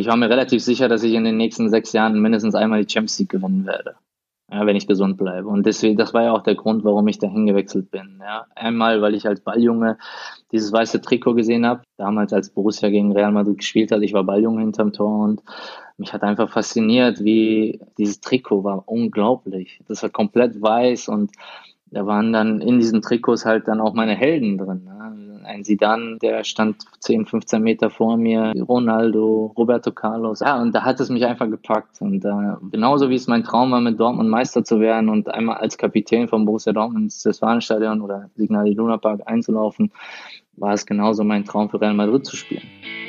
Ich war mir relativ sicher, dass ich in den nächsten 6 Jahren mindestens einmal die Champions League gewinnen werde, ja, wenn ich gesund bleibe. Und deswegen, das war ja auch der Grund, warum ich dahin gewechselt bin. Ja. Einmal, weil ich als Balljunge dieses weiße Trikot gesehen habe, damals als Borussia gegen Real Madrid gespielt hat. Ich war Balljunge hinterm Tor und mich hat einfach fasziniert, wie dieses Trikot war unglaublich. Das war komplett weiß und da waren dann in diesen Trikots halt dann auch meine Helden drin. Ne? Ein Zidane, der stand 10, 15 Meter vor mir, Ronaldo, Roberto Carlos. Ja, und da hat es mich einfach gepackt. Und genauso wie es mein Traum war, mit Dortmund Meister zu werden und einmal als Kapitän von Borussia Dortmund ins Westfalenstadion oder Signal Iduna Park einzulaufen, war es genauso mein Traum, für Real Madrid zu spielen.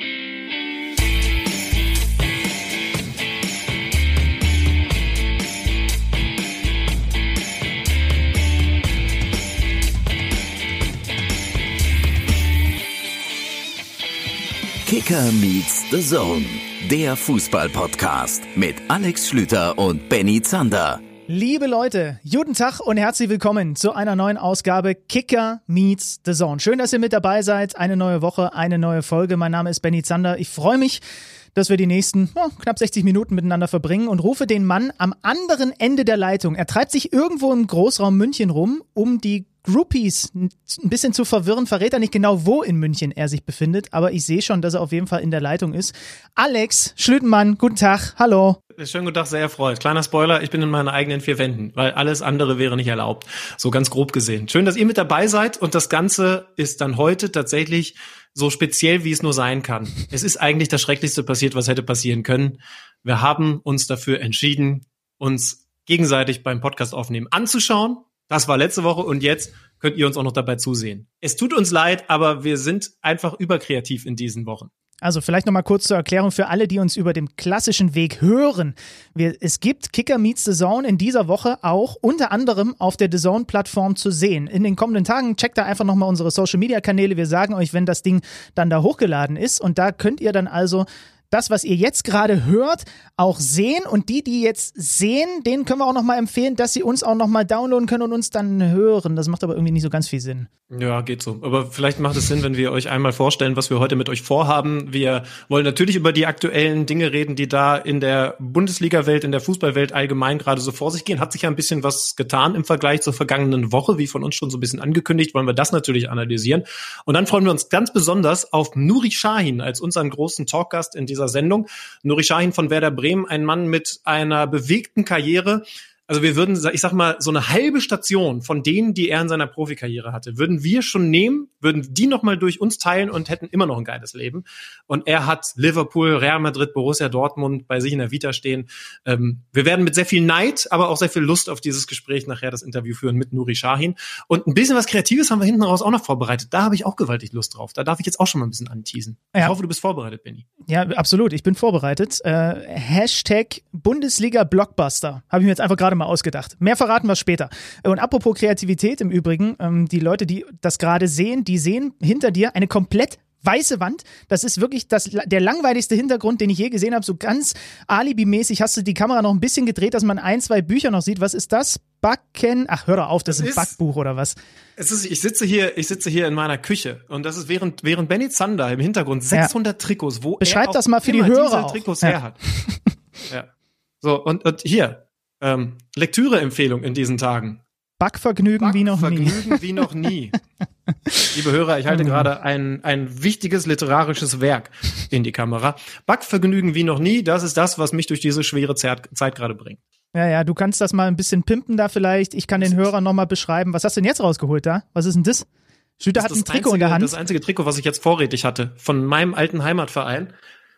Kicker meets the Zone, der Fußball-Podcast mit Alex Schlüter und Benny Zander. Liebe Leute, guten Tag und herzlich willkommen zu einer neuen Ausgabe Kicker meets the Zone. Schön, dass ihr mit dabei seid. Eine neue Woche, eine neue Folge. Mein Name ist Benny Zander. Ich freue mich, dass wir die nächsten knapp 60 Minuten miteinander verbringen und rufe den Mann am anderen Ende der Leitung. Er treibt sich irgendwo im Großraum München rum, um die Groupies ein bisschen zu verwirren, verrät er nicht genau, wo in München er sich befindet, aber ich sehe schon, dass er auf jeden Fall in der Leitung ist. Alex Schlütenmann, guten Tag, hallo. Schönen guten Tag, sehr erfreut. Kleiner Spoiler, ich bin in meinen eigenen 4 Wänden, weil alles andere wäre nicht erlaubt, so ganz grob gesehen. Schön, dass ihr mit dabei seid und das Ganze ist dann heute tatsächlich so speziell, wie es nur sein kann. Es ist eigentlich das Schrecklichste passiert, was hätte passieren können. Wir haben uns dafür entschieden, uns gegenseitig beim Podcast aufnehmen anzuschauen. Das war letzte Woche und jetzt könnt ihr uns auch noch dabei zusehen. Es tut uns leid, aber wir sind einfach überkreativ in diesen Wochen. Also vielleicht nochmal kurz zur Erklärung für alle, die uns über dem klassischen Weg hören. Es gibt Kicker meets the Zone in dieser Woche auch unter anderem auf der DAZN-Plattform zu sehen. In den kommenden Tagen checkt da einfach nochmal unsere Social-Media-Kanäle. Wir sagen euch, wenn das Ding dann da hochgeladen ist. Und da könnt ihr dann also das, was ihr jetzt gerade hört, auch sehen. Und die jetzt sehen, denen können wir auch nochmal empfehlen, dass sie uns auch nochmal downloaden können und uns dann hören. Das macht aber irgendwie nicht so ganz viel Sinn. Ja, geht so. Aber vielleicht macht es Sinn, wenn wir euch einmal vorstellen, was wir heute mit euch vorhaben. Wir wollen natürlich über die aktuellen Dinge reden, die da in der Bundesliga-Welt, in der Fußballwelt allgemein gerade so vor sich gehen. Hat sich ja ein bisschen was getan im Vergleich zur vergangenen Woche, wie von uns schon so ein bisschen angekündigt, wollen wir das natürlich analysieren. Und dann freuen wir uns ganz besonders auf Nuri Sahin als unseren großen Talkgast in dieser Sendung. Nuri Sahin von Werder Bremen, ein Mann mit einer bewegten Karriere. Also wir würden, ich sag mal, so eine halbe Station von denen, die er in seiner Profikarriere hatte, würden wir schon nehmen, würden die nochmal durch uns teilen und hätten immer noch ein geiles Leben. Und er hat Liverpool, Real Madrid, Borussia Dortmund bei sich in der Vita stehen. Wir werden mit sehr viel Neid, aber auch sehr viel Lust auf dieses Gespräch nachher das Interview führen mit Nuri Sahin. Und ein bisschen was Kreatives haben wir hinten raus auch noch vorbereitet. Da habe ich auch gewaltig Lust drauf. Da darf ich jetzt auch schon mal ein bisschen anteasen. Ja. Ich hoffe, du bist vorbereitet, Benni. Ja, absolut. Ich bin vorbereitet. Hashtag Bundesliga Blockbuster. Habe ich mir jetzt einfach gerade mal ausgedacht. Mehr verraten wir später. Und apropos Kreativität im Übrigen, die Leute, die das gerade sehen, die sehen hinter dir eine komplett weiße Wand. Das ist wirklich der langweiligste Hintergrund, den ich je gesehen habe. So ganz alibimäßig hast du die Kamera noch ein bisschen gedreht, dass man 1, 2 Bücher noch sieht. Was ist das? Backen? Ach, hör doch auf, das ist ein Backbuch oder was? Ich sitze hier in meiner Küche und das ist während Benny Zander im Hintergrund 600 Trikots, wo beschreib er das mal für die Hörer diese Trikots her hat. Ja. So, und hier, Lektüre-Empfehlung in diesen Tagen. Backvergnügen wie noch nie. Backvergnügen wie noch nie. Liebe Hörer, ich halte gerade ein wichtiges literarisches Werk in die Kamera. Backvergnügen wie noch nie, das ist das, was mich durch diese schwere Zeit gerade bringt. Ja, du kannst das mal ein bisschen pimpen da vielleicht. Ich kann den Hörern nochmal beschreiben. Was hast du denn jetzt rausgeholt da? Was ist denn das? Schlüter hat ein Trikot in der Hand. Das einzige Trikot, was ich jetzt vorrätig hatte, von meinem alten Heimatverein.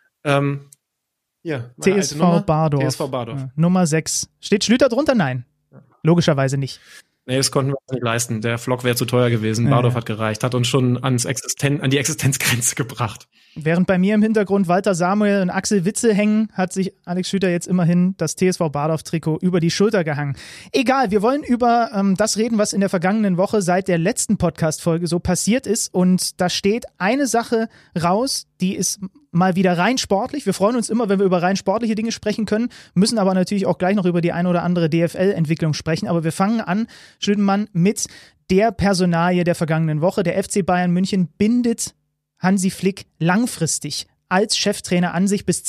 TSV Bardorf. TSV Bardorf. Ja, Nummer 6. Steht Schlüter drunter? Nein. Logischerweise nicht. Nee, das konnten wir uns nicht leisten. Der Flock wäre zu teuer gewesen. Bardorf hat gereicht, hat uns schon an die Existenzgrenze gebracht. Während bei mir im Hintergrund Walter Samuel und Axel Witze hängen, hat sich Alex Schlüter jetzt immerhin das TSV Bardorf-Trikot über die Schulter gehangen. Egal, wir wollen über das reden, was in der vergangenen Woche seit der letzten Podcast-Folge so passiert ist. Und da steht eine Sache raus, die ist mal wieder rein sportlich. Wir freuen uns immer, wenn wir über rein sportliche Dinge sprechen können, müssen aber natürlich auch gleich noch über die eine oder andere DFL-Entwicklung sprechen. Aber wir fangen an, Schlütenmann, mit der Personalie der vergangenen Woche. Der FC Bayern München bindet Hansi Flick langfristig als Cheftrainer an sich bis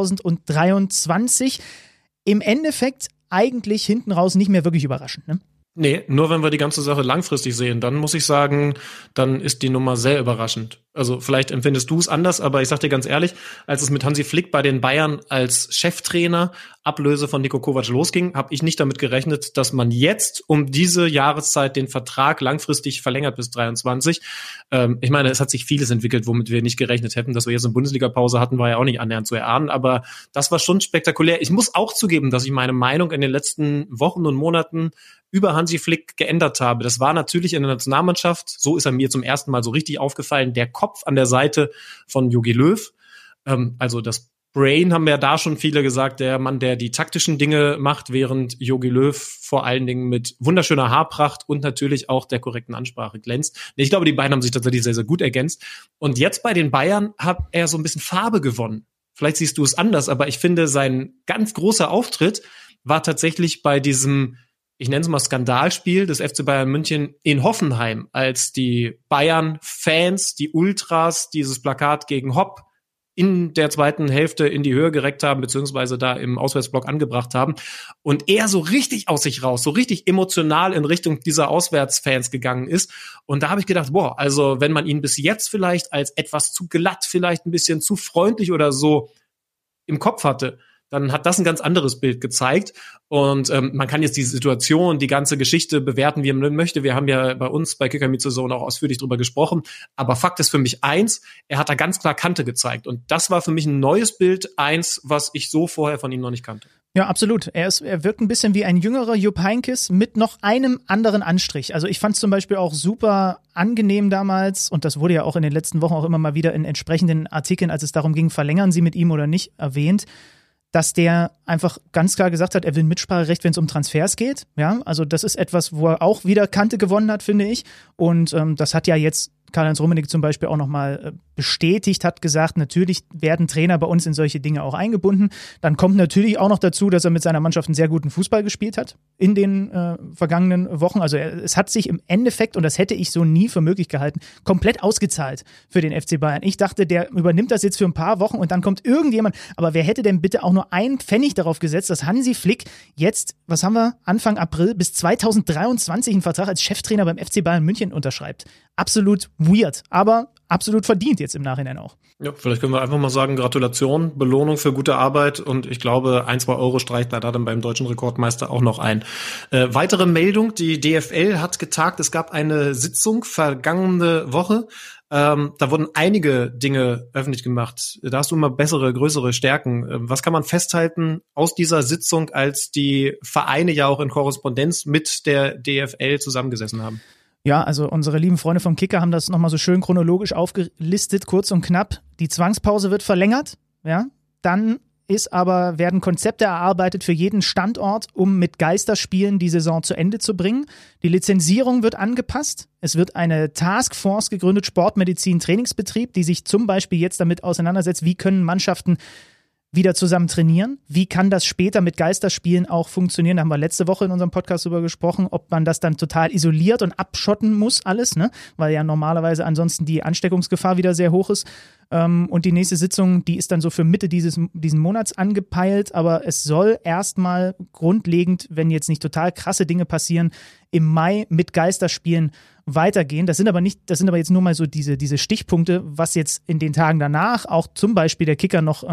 2023. Im Endeffekt eigentlich hinten raus nicht mehr wirklich überraschend, ne? Nee, nur wenn wir die ganze Sache langfristig sehen, dann muss ich sagen, dann ist die Nummer sehr überraschend. Also vielleicht empfindest du es anders, aber ich sag dir ganz ehrlich, als es mit Hansi Flick bei den Bayern als Cheftrainer Ablöse von Niko Kovac losging, habe ich nicht damit gerechnet, dass man jetzt um diese Jahreszeit den Vertrag langfristig verlängert bis 23. Ich meine, es hat sich vieles entwickelt, womit wir nicht gerechnet hätten. Dass wir jetzt eine Bundesliga-Pause hatten, war ja auch nicht annähernd zu erahnen, aber das war schon spektakulär. Ich muss auch zugeben, dass ich meine Meinung in den letzten Wochen und Monaten über Hansi Flick geändert habe. Das war natürlich in der Nationalmannschaft, so ist er mir zum ersten Mal so richtig aufgefallen, der Kopf an der Seite von Jogi Löw. Also das Brain haben ja da schon viele gesagt, der Mann, der die taktischen Dinge macht, während Jogi Löw vor allen Dingen mit wunderschöner Haarpracht und natürlich auch der korrekten Ansprache glänzt. Ich glaube, die beiden haben sich tatsächlich sehr, sehr gut ergänzt. Und jetzt bei den Bayern hat er so ein bisschen Farbe gewonnen. Vielleicht siehst du es anders, aber ich finde, sein ganz großer Auftritt war tatsächlich bei diesem, ich nenne es mal Skandalspiel des FC Bayern München in Hoffenheim, als die Bayern-Fans, die Ultras, dieses Plakat gegen Hopp in der zweiten Hälfte in die Höhe gereckt haben, beziehungsweise da im Auswärtsblock angebracht haben. Und er so richtig aus sich raus, so richtig emotional in Richtung dieser Auswärtsfans gegangen ist. Und da habe ich gedacht, boah, also wenn man ihn bis jetzt vielleicht als etwas zu glatt, vielleicht ein bisschen zu freundlich oder so im Kopf hatte, dann hat das ein ganz anderes Bild gezeigt. Und man kann jetzt die Situation, die ganze Geschichte bewerten, wie man möchte. Wir haben ja bei uns bei Kicker Meets the Zone auch ausführlich drüber gesprochen. Aber Fakt ist für mich eins, er hat da ganz klar Kante gezeigt. Und das war für mich ein neues Bild, eins, was ich so vorher von ihm noch nicht kannte. Ja, absolut. Er wirkt ein bisschen wie ein jüngerer Jupp Heynckes mit noch einem anderen Anstrich. Also ich fand es zum Beispiel auch super angenehm damals, und das wurde ja auch in den letzten Wochen auch immer mal wieder in entsprechenden Artikeln, als es darum ging, verlängern Sie mit ihm oder nicht, erwähnt, dass der einfach ganz klar gesagt hat, er will Mitspracherecht, wenn es um Transfers geht. Ja, also das ist etwas, wo er auch wieder Kante gewonnen hat, finde ich. Und das hat ja jetzt Karl-Heinz Rummenigge zum Beispiel auch nochmal bestätigt, hat gesagt, natürlich werden Trainer bei uns in solche Dinge auch eingebunden. Dann kommt natürlich auch noch dazu, dass er mit seiner Mannschaft einen sehr guten Fußball gespielt hat in den vergangenen Wochen. Also es hat sich im Endeffekt, und das hätte ich so nie für möglich gehalten, komplett ausgezahlt für den FC Bayern. Ich dachte, der übernimmt das jetzt für ein paar Wochen und dann kommt irgendjemand. Aber wer hätte denn bitte auch nur einen Pfennig darauf gesetzt, dass Hansi Flick jetzt, was haben wir, Anfang April bis 2023 einen Vertrag als Cheftrainer beim FC Bayern München unterschreibt? Absolut weird, aber absolut verdient jetzt im Nachhinein auch. Ja, vielleicht können wir einfach mal sagen, Gratulation, Belohnung für gute Arbeit, und ich glaube, 1-2 Euro streicht da dann beim deutschen Rekordmeister auch noch ein. Weitere Meldung, die DFL hat getagt, es gab eine Sitzung vergangene Woche, da wurden einige Dinge öffentlich gemacht. Da hast du immer bessere, größere Stärken. Was kann man festhalten aus dieser Sitzung, als die Vereine ja auch in Korrespondenz mit der DFL zusammengesessen haben? Ja, also unsere lieben Freunde vom Kicker haben das nochmal so schön chronologisch aufgelistet, kurz und knapp. Die Zwangspause wird verlängert, ja. Dann werden Konzepte erarbeitet für jeden Standort, um mit Geisterspielen die Saison zu Ende zu bringen. Die Lizenzierung wird angepasst. Es wird eine Taskforce gegründet, Sportmedizin, Trainingsbetrieb, die sich zum Beispiel jetzt damit auseinandersetzt, wie können Mannschaften wieder zusammen trainieren. Wie kann das später mit Geisterspielen auch funktionieren? Da haben wir letzte Woche in unserem Podcast drüber gesprochen, ob man das dann total isoliert und abschotten muss alles, ne? Weil ja normalerweise ansonsten die Ansteckungsgefahr wieder sehr hoch ist. Und die nächste Sitzung, die ist dann so für Mitte diesen Monats angepeilt, aber es soll erstmal grundlegend, wenn jetzt nicht total krasse Dinge passieren, im Mai mit Geisterspielen weitergehen. Das sind aber jetzt nur mal so diese Stichpunkte, was jetzt in den Tagen danach auch zum Beispiel der Kicker noch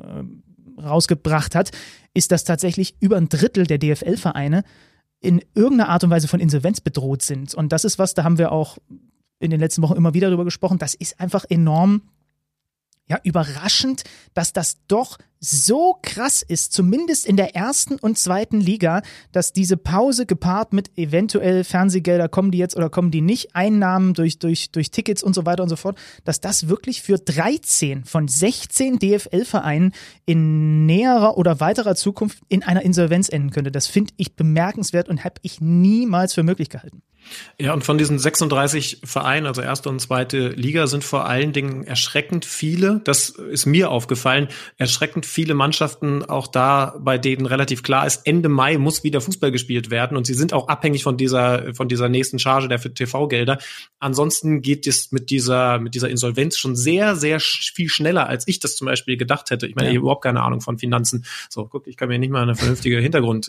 rausgebracht hat, ist, dass tatsächlich über ein Drittel der DFL-Vereine in irgendeiner Art und Weise von Insolvenz bedroht sind. Und das ist was, da haben wir auch in den letzten Wochen immer wieder drüber gesprochen, das ist einfach enorm überraschend, dass das doch so krass ist, zumindest in der ersten und zweiten Liga, dass diese Pause gepaart mit eventuell Fernsehgelder, kommen die jetzt oder kommen die nicht, Einnahmen durch Tickets und so weiter und so fort, dass das wirklich für 13 von 16 DFL-Vereinen in näherer oder weiterer Zukunft in einer Insolvenz enden könnte. Das finde ich bemerkenswert und habe ich niemals für möglich gehalten. Ja, und von diesen 36 Vereinen, also erste und zweite Liga, sind vor allen Dingen erschreckend viele, das ist mir aufgefallen, erschreckend viele Mannschaften auch da, bei denen relativ klar ist, Ende Mai muss wieder Fußball gespielt werden und sie sind auch abhängig von dieser nächsten Charge der TV-Gelder. Ansonsten geht es mit dieser Insolvenz schon sehr, sehr viel schneller, als ich das zum Beispiel gedacht hätte. Ich meine, ich habe überhaupt keine Ahnung von Finanzen. So, guck, ich kann mir nicht mal eine vernünftige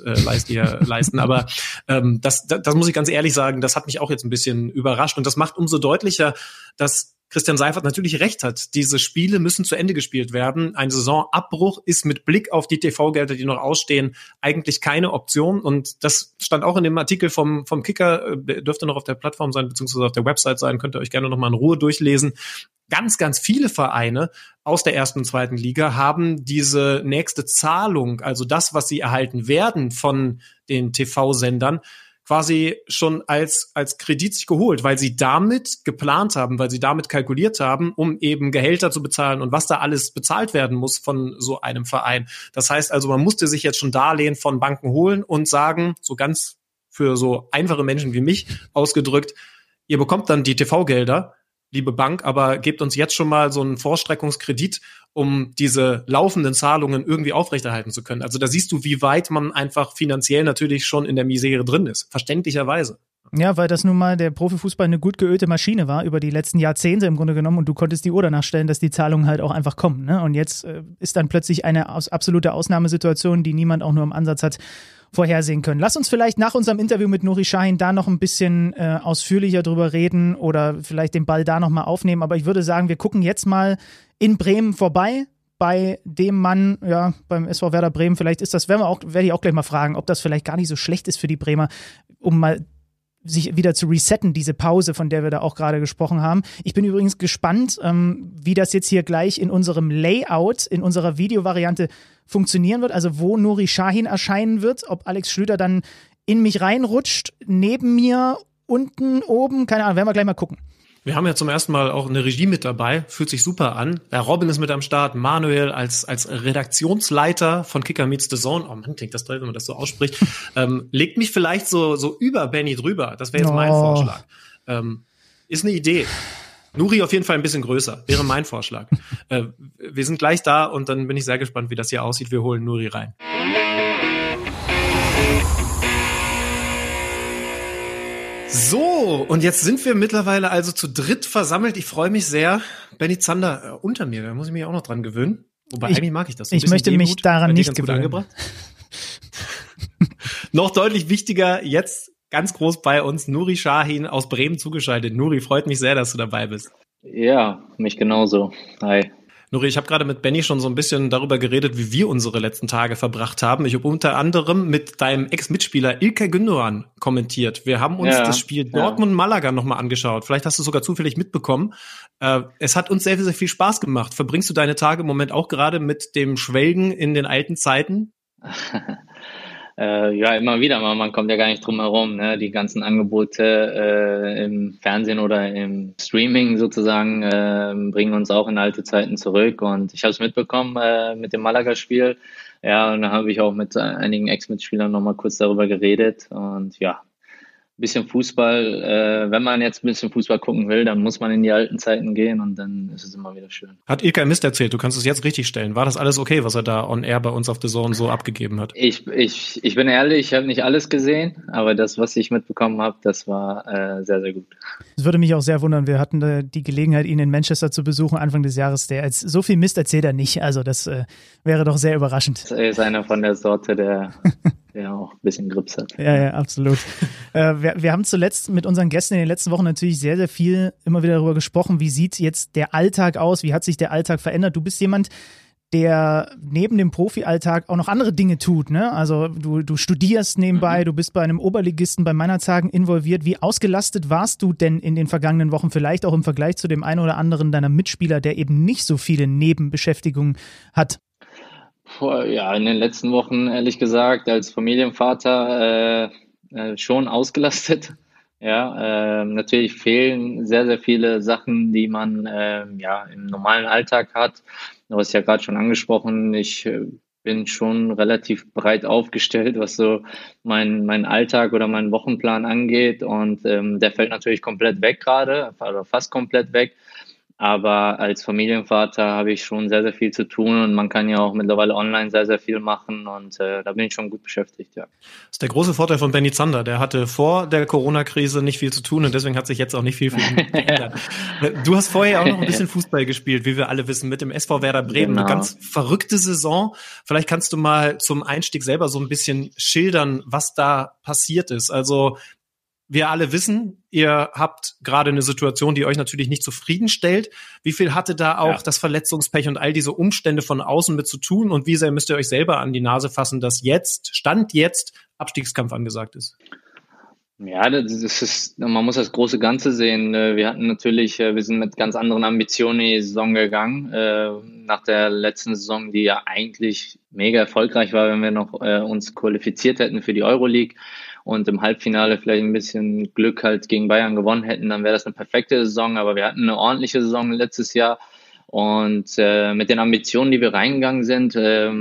leisten, aber das muss ich ganz ehrlich sagen, das hat mich auch jetzt ein bisschen überrascht und das macht umso deutlicher, dass Christian Seifert natürlich recht hat. Diese Spiele müssen zu Ende gespielt werden. Ein Saisonabbruch ist mit Blick auf die TV-Gelder, die noch ausstehen, eigentlich keine Option. Und das stand auch in dem Artikel vom Kicker, dürfte noch auf der Plattform sein, beziehungsweise auf der Website sein, könnt ihr euch gerne noch mal in Ruhe durchlesen. Ganz, ganz viele Vereine aus der ersten und zweiten Liga haben diese nächste Zahlung, also das, was sie erhalten werden von den TV-Sendern, quasi schon als Kredit sich geholt, weil sie damit geplant haben, weil sie damit kalkuliert haben, um eben Gehälter zu bezahlen und was da alles bezahlt werden muss von so einem Verein. Das heißt also, man musste sich jetzt schon Darlehen von Banken holen und sagen, so ganz für so einfache Menschen wie mich ausgedrückt, ihr bekommt dann die TV-Gelder, liebe Bank, aber gebt uns jetzt schon mal so einen Vorstreckungskredit, um diese laufenden Zahlungen irgendwie aufrechterhalten zu können. Also da siehst du, wie weit man einfach finanziell natürlich schon in der Misere drin ist. Verständlicherweise. Ja, weil das nun mal der Profifußball eine gut geölte Maschine war über die letzten Jahrzehnte im Grunde genommen und du konntest die Uhr danach stellen, dass die Zahlungen halt auch einfach kommen. Ne? Und jetzt ist dann plötzlich eine absolute Ausnahmesituation, die niemand auch nur im Ansatz hat vorhersehen können. Lass uns vielleicht nach unserem Interview mit Nuri Sahin da noch ein bisschen ausführlicher drüber reden oder vielleicht den Ball da nochmal aufnehmen. Aber ich würde sagen, wir gucken jetzt mal in Bremen vorbei bei dem Mann, ja, beim SV Werder Bremen. Vielleicht ist das, werde ich auch gleich mal fragen, ob das vielleicht gar nicht so schlecht ist für die Bremer, um mal sich wieder zu resetten, diese Pause, von der wir da auch gerade gesprochen haben. Ich bin übrigens gespannt, wie das jetzt hier gleich in unserem Layout, in unserer Videovariante funktionieren wird, also wo Nuri Sahin erscheinen wird, ob Alex Schlüter dann in mich reinrutscht, neben mir, unten, oben, keine Ahnung, werden wir gleich mal gucken. Wir haben ja zum ersten Mal auch eine Regie mit dabei, fühlt sich super an. Der Robin ist mit am Start, Manuel als Redaktionsleiter von Kicker Meets the Zone. Oh Mann, klingt das toll, wenn man das so ausspricht. Legt mich vielleicht so über Benny drüber. Das wäre jetzt mein Vorschlag. Ist eine Idee. Nuri auf jeden Fall ein bisschen größer, wäre mein Vorschlag. Wir sind gleich da und dann bin ich sehr gespannt, wie das hier aussieht. Wir holen Nuri rein. So, und jetzt sind wir mittlerweile also zu dritt versammelt. Ich freue mich sehr. Benny Zander unter mir, da muss ich mich auch noch dran gewöhnen. Wobei, eigentlich mag ich das. Ich möchte mich daran nicht gewöhnen. Noch deutlich wichtiger, jetzt ganz groß bei uns, Nuri Sahin aus Bremen zugeschaltet. Nuri, freut mich sehr, dass du dabei bist. Ja, mich genauso. Hi. Nuri, ich habe gerade mit Benny schon so ein bisschen darüber geredet, wie wir unsere letzten Tage verbracht haben. Ich habe unter anderem mit deinem Ex-Mitspieler İlkay Gündoğan kommentiert. Wir haben uns das Spiel Dortmund-Malaga nochmal angeschaut. Vielleicht hast du sogar zufällig mitbekommen. Es hat uns sehr, sehr viel Spaß gemacht. Verbringst du deine Tage im Moment auch gerade mit dem Schwelgen in den alten Zeiten? Ja, immer wieder mal. Man kommt ja gar nicht drum herum. Ne? Die ganzen Angebote im Fernsehen oder im Streaming sozusagen bringen uns auch in alte Zeiten zurück. Und ich habe es mitbekommen mit dem Malaga-Spiel. Ja, und da habe ich auch mit einigen Ex-Mitspielern nochmal kurz darüber geredet. Und ja, ein bisschen Fußball. Wenn man jetzt ein bisschen Fußball gucken will, dann muss man in die alten Zeiten gehen und dann ist es immer wieder schön. Hat İlkay Mist erzählt, du kannst es jetzt richtig stellen. War das alles okay, was er da on air bei uns auf The Zone so abgegeben hat? Ich bin ehrlich, ich habe nicht alles gesehen, aber das, was ich mitbekommen habe, das war sehr, sehr gut. Das würde mich auch sehr wundern. Wir hatten die Gelegenheit, ihn in Manchester zu besuchen Anfang des Jahres. So viel Mist erzählt er nicht. Also das wäre doch sehr überraschend. Er ist einer von der Sorte, der auch ein bisschen Grips hat. Ja, absolut. Wir haben zuletzt mit unseren Gästen in den letzten Wochen natürlich sehr, sehr viel immer wieder darüber gesprochen, wie sieht jetzt der Alltag aus, wie hat sich der Alltag verändert. Du bist jemand, der neben dem Profi-Alltag auch noch andere Dinge tut, ne? Also du studierst nebenbei, du bist bei einem Oberligisten bei Meinerzhagen involviert. Wie ausgelastet warst du denn in den vergangenen Wochen, vielleicht auch im Vergleich zu dem einen oder anderen deiner Mitspieler, der eben nicht so viele Nebenbeschäftigungen hat? Ja, in den letzten Wochen, ehrlich gesagt, als Familienvater schon ausgelastet. Ja, natürlich fehlen sehr, sehr viele Sachen, die man im normalen Alltag hat. Du hast ja gerade schon angesprochen, ich bin schon relativ breit aufgestellt, was so mein Alltag oder meinen Wochenplan angeht. Und der fällt natürlich komplett weg gerade, oder fast komplett weg. Aber als Familienvater habe ich schon sehr, sehr viel zu tun und man kann ja auch mittlerweile online sehr, sehr viel machen und da bin ich schon gut beschäftigt, ja. Das ist der große Vorteil von Benny Zander. Der hatte vor der Corona-Krise nicht viel zu tun und deswegen hat sich jetzt auch nicht viel für ihn geändert. Du hast vorher auch noch ein bisschen Fußball gespielt, wie wir alle wissen, mit dem SV Werder Bremen. Genau. Eine ganz verrückte Saison. Vielleicht kannst du mal zum Einstieg selber so ein bisschen schildern, was da passiert ist. Also wir alle wissen, ihr habt gerade eine Situation, die euch natürlich nicht zufriedenstellt. Wie viel hatte da auch das Verletzungspech und all diese Umstände von außen mit zu tun? Und wie sehr müsst ihr euch selber an die Nase fassen, dass Stand jetzt Abstiegskampf angesagt ist? Ja, man muss das große Ganze sehen. Wir sind mit ganz anderen Ambitionen in die Saison gegangen. Nach der letzten Saison, die ja eigentlich mega erfolgreich war, wenn wir noch uns qualifiziert hätten für die Euroleague und im Halbfinale vielleicht ein bisschen Glück halt gegen Bayern gewonnen hätten, dann wäre das eine perfekte Saison. Aber wir hatten eine ordentliche Saison letztes Jahr. Und mit den Ambitionen, die wir reingegangen sind,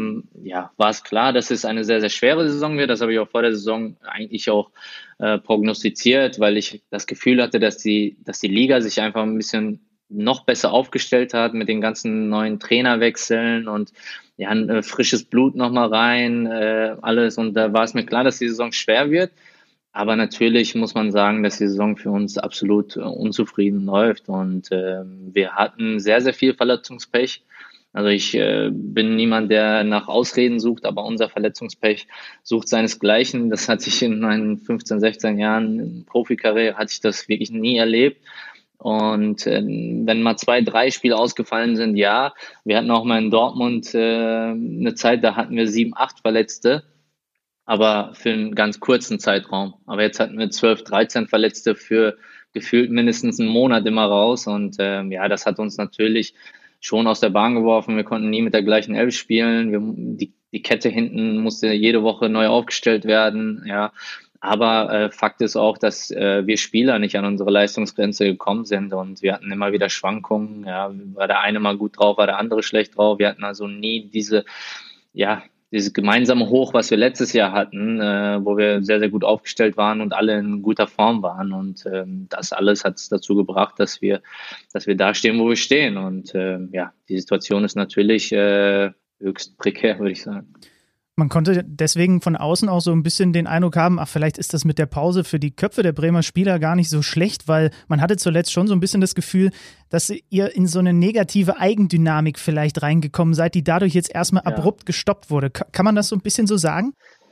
war es klar, dass es eine sehr, sehr schwere Saison wird. Das habe ich auch vor der Saison eigentlich auch prognostiziert, weil ich das Gefühl hatte, dass die Liga sich einfach ein bisschen noch besser aufgestellt hat mit den ganzen neuen Trainerwechseln und ja, ein frisches Blut nochmal rein, alles. Und da war es mir klar, dass die Saison schwer wird. Aber natürlich muss man sagen, dass die Saison für uns absolut unzufrieden läuft und wir hatten sehr, sehr viel Verletzungspech. Also ich bin niemand, der nach Ausreden sucht, aber unser Verletzungspech sucht seinesgleichen. Das hatte ich in meinen 15, 16 Jahren Profikarriere, hatte ich das wirklich nie erlebt. Und wenn mal 2, 3 Spiele ausgefallen sind, ja. Wir hatten auch mal in Dortmund eine Zeit, da hatten wir 7, 8 Verletzte. Aber für einen ganz kurzen Zeitraum. Aber jetzt hatten wir 12, 13 Verletzte für gefühlt mindestens einen Monat immer raus. Und das hat uns natürlich schon aus der Bahn geworfen. Wir konnten nie mit der gleichen Elf spielen. Die Kette hinten musste jede Woche neu aufgestellt werden. Ja. Aber Fakt ist auch, dass wir Spieler nicht an unsere Leistungsgrenze gekommen sind. Und wir hatten immer wieder Schwankungen. Ja. War der eine mal gut drauf, war der andere schlecht drauf. Wir hatten also nie dieses gemeinsame Hoch, was wir letztes Jahr hatten, wo wir sehr, sehr gut aufgestellt waren und alle in guter Form waren. Und das alles hat es dazu gebracht, dass wir da stehen, wo wir stehen. Und die Situation ist natürlich höchst prekär, würde ich sagen. Man konnte deswegen von außen auch so ein bisschen den Eindruck haben, vielleicht ist das mit der Pause für die Köpfe der Bremer Spieler gar nicht so schlecht, weil man hatte zuletzt schon so ein bisschen das Gefühl, dass ihr in so eine negative Eigendynamik vielleicht reingekommen seid, die dadurch jetzt erstmal abrupt gestoppt wurde. Kann man das so ein bisschen so sagen?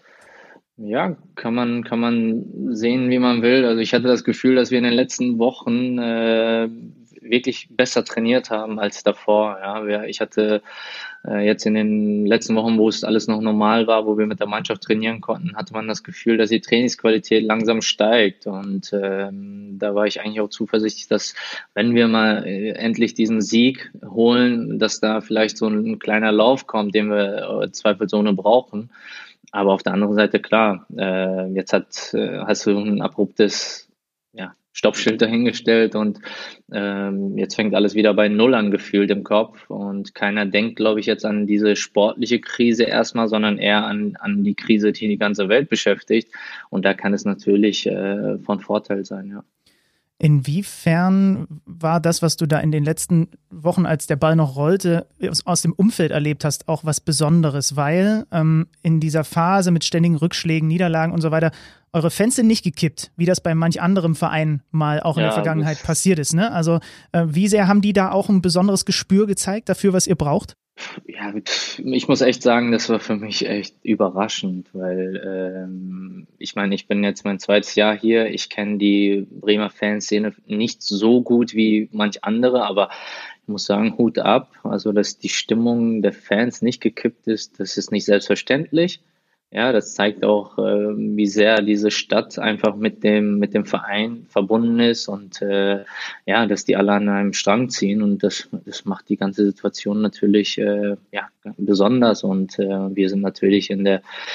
Ja, kann man sehen, wie man will. Also ich hatte das Gefühl, dass wir in den letzten Wochen wirklich besser trainiert haben als davor. Ja, ich hatte jetzt in den letzten Wochen, wo es alles noch normal war, wo wir mit der Mannschaft trainieren konnten, hatte man das Gefühl, dass die Trainingsqualität langsam steigt. Und da war ich eigentlich auch zuversichtlich, dass wenn wir mal endlich diesen Sieg holen, dass da vielleicht so ein kleiner Lauf kommt, den wir zweifelsohne brauchen. Aber auf der anderen Seite, klar, jetzt hast du ein abruptes Stoppschild dahingestellt und jetzt fängt alles wieder bei Null an gefühlt im Kopf und keiner denkt, glaube ich, jetzt an diese sportliche Krise erstmal, sondern eher an die Krise, die die ganze Welt beschäftigt und da kann es natürlich von Vorteil sein, ja. Inwiefern war das, was du da in den letzten Wochen, als der Ball noch rollte, aus dem Umfeld erlebt hast, auch was Besonderes? Weil in dieser Phase mit ständigen Rückschlägen, Niederlagen und so weiter, eure Fans sind nicht gekippt, wie das bei manch anderem Verein mal auch in der Vergangenheit passiert ist. Ne? Also wie sehr haben die da auch ein besonderes Gespür gezeigt dafür, was ihr braucht? Ja, ich muss echt sagen, das war für mich echt überraschend, weil ich meine, ich bin jetzt mein 2. Jahr hier, ich kenne die Bremer Fanszene nicht so gut wie manch andere, aber ich muss sagen, Hut ab, also dass die Stimmung der Fans nicht gekippt ist, das ist nicht selbstverständlich. Ja, das zeigt auch, wie sehr diese Stadt einfach mit dem Verein verbunden ist und dass die alle an einem Strang ziehen und das macht die ganze Situation natürlich besonders und wir sind natürlich in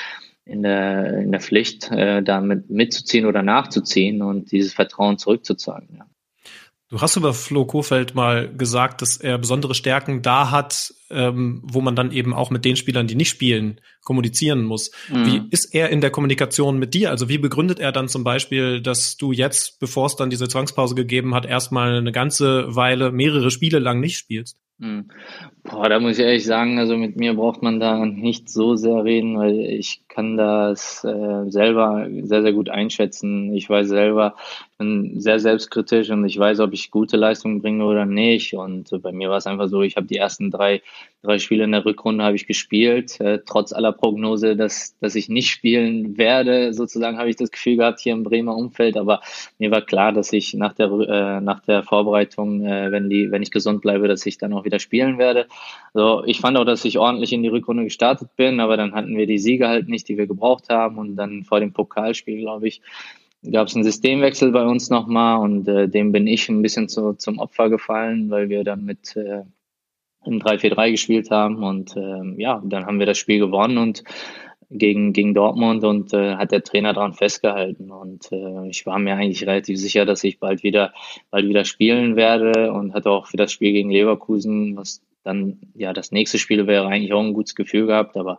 der Pflicht, damit mitzuziehen oder nachzuziehen und dieses Vertrauen zurückzuzahlen. Ja. Du hast über Flo Kohfeldt mal gesagt, dass er besondere Stärken da hat, wo man dann eben auch mit den Spielern, die nicht spielen, kommunizieren muss. Wie ist er in der Kommunikation mit dir? Also wie begründet er dann zum Beispiel, dass du jetzt, bevor es dann diese Zwangspause gegeben hat, erstmal eine ganze Weile, mehrere Spiele lang nicht spielst? Boah, da muss ich ehrlich sagen, also mit mir braucht man da nicht so sehr reden, weil ich kann das selber sehr, sehr gut einschätzen. Ich weiß selber, ich bin sehr selbstkritisch und ich weiß, ob ich gute Leistungen bringe oder nicht. Und bei mir war es einfach so, ich habe die ersten drei Spiele in der Rückrunde habe ich gespielt, trotz aller Prognose, dass ich nicht spielen werde. Sozusagen habe ich das Gefühl gehabt hier im Bremer Umfeld, aber mir war klar, dass ich nach der Vorbereitung, wenn ich gesund bleibe, dass ich dann auch wieder spielen werde. So, ich fand auch, dass ich ordentlich in die Rückrunde gestartet bin, aber dann hatten wir die Siege halt nicht, die wir gebraucht haben, und dann vor dem Pokalspiel, glaube ich, gab es einen Systemwechsel bei uns nochmal, und dem bin ich ein bisschen zum Opfer gefallen, weil wir dann mit im 3-4-3 gespielt haben, und dann haben wir das Spiel gewonnen und gegen Dortmund, und hat der Trainer daran festgehalten, und ich war mir eigentlich relativ sicher, dass ich bald wieder spielen werde, und hatte auch für das Spiel gegen Leverkusen, was dann das nächste Spiel wäre, eigentlich auch ein gutes Gefühl gehabt, aber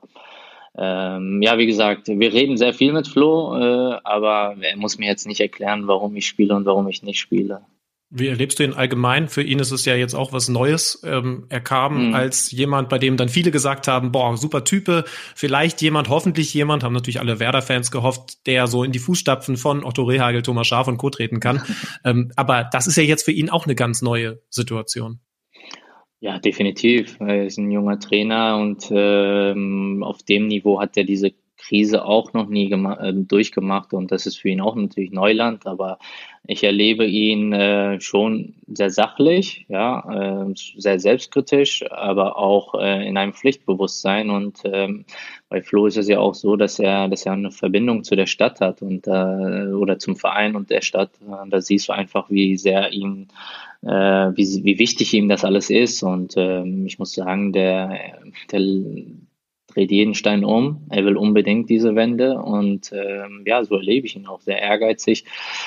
wie gesagt, wir reden sehr viel mit Flo, aber er muss mir jetzt nicht erklären, warum ich spiele und warum ich nicht spiele. Wie erlebst du ihn allgemein? Für ihn ist es ja jetzt auch was Neues. Er kam als jemand, bei dem dann viele gesagt haben, boah, super Type, hoffentlich jemand, haben natürlich alle Werder-Fans gehofft, der so in die Fußstapfen von Otto Rehhagel, Thomas Schaaf und Co. treten kann. Aber das ist ja jetzt für ihn auch eine ganz neue Situation. Ja, definitiv. Er ist ein junger Trainer, und auf dem Niveau hat er diese Krise auch noch nie durchgemacht, und das ist für ihn auch natürlich Neuland, aber ich erlebe ihn schon sehr sachlich, sehr selbstkritisch, aber auch in einem Pflichtbewusstsein, und bei Flo ist es ja auch so, dass er eine Verbindung zu der Stadt hat, und oder zum Verein und der Stadt. Da siehst du einfach, wie sehr ihm wie wichtig ihm das alles ist, und ich muss sagen, der dreht jeden Stein um. Er will unbedingt diese Wende, und so erlebe ich ihn auch, sehr ehrgeizig,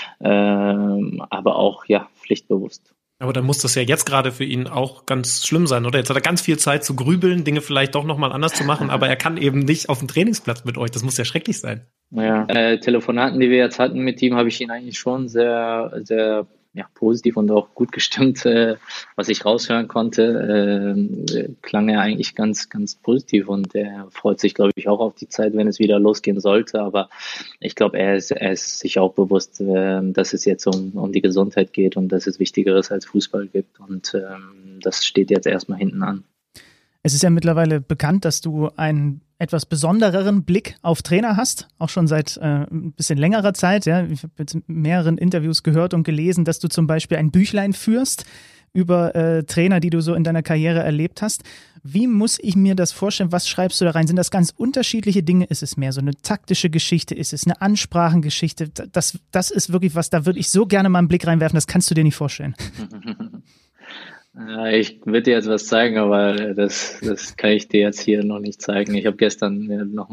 aber auch pflichtbewusst. Aber dann muss das ja jetzt gerade für ihn auch ganz schlimm sein, oder? Jetzt hat er ganz viel Zeit zu grübeln, Dinge vielleicht doch nochmal anders zu machen, aber er kann eben nicht auf dem Trainingsplatz mit euch. Das muss ja schrecklich sein. Ja, Telefonaten, die wir jetzt hatten mit ihm, habe ich ihn eigentlich schon sehr, sehr positiv und auch gut gestimmt, was ich raushören konnte, klang er eigentlich ganz, ganz positiv, und er freut sich, glaube ich, auch auf die Zeit, wenn es wieder losgehen sollte, aber ich glaube, er ist sich auch bewusst, dass es jetzt um die Gesundheit geht und dass es Wichtigeres als Fußball gibt, und das steht jetzt erstmal hinten an. Es ist ja mittlerweile bekannt, dass du einen etwas besondereren Blick auf Trainer hast, auch schon seit ein bisschen längerer Zeit. Ja. Ich habe jetzt in mehreren Interviews gehört und gelesen, dass du zum Beispiel ein Büchlein führst über Trainer, die du so in deiner Karriere erlebt hast. Wie muss ich mir das vorstellen? Was schreibst du da rein? Sind das ganz unterschiedliche Dinge? Ist es mehr so eine taktische Geschichte? Ist es eine Ansprachengeschichte? Das ist wirklich was, da würde ich so gerne mal einen Blick reinwerfen, das kannst du dir nicht vorstellen. Ja, ich würde dir jetzt was zeigen, aber das kann ich dir jetzt hier noch nicht zeigen. Ich habe gestern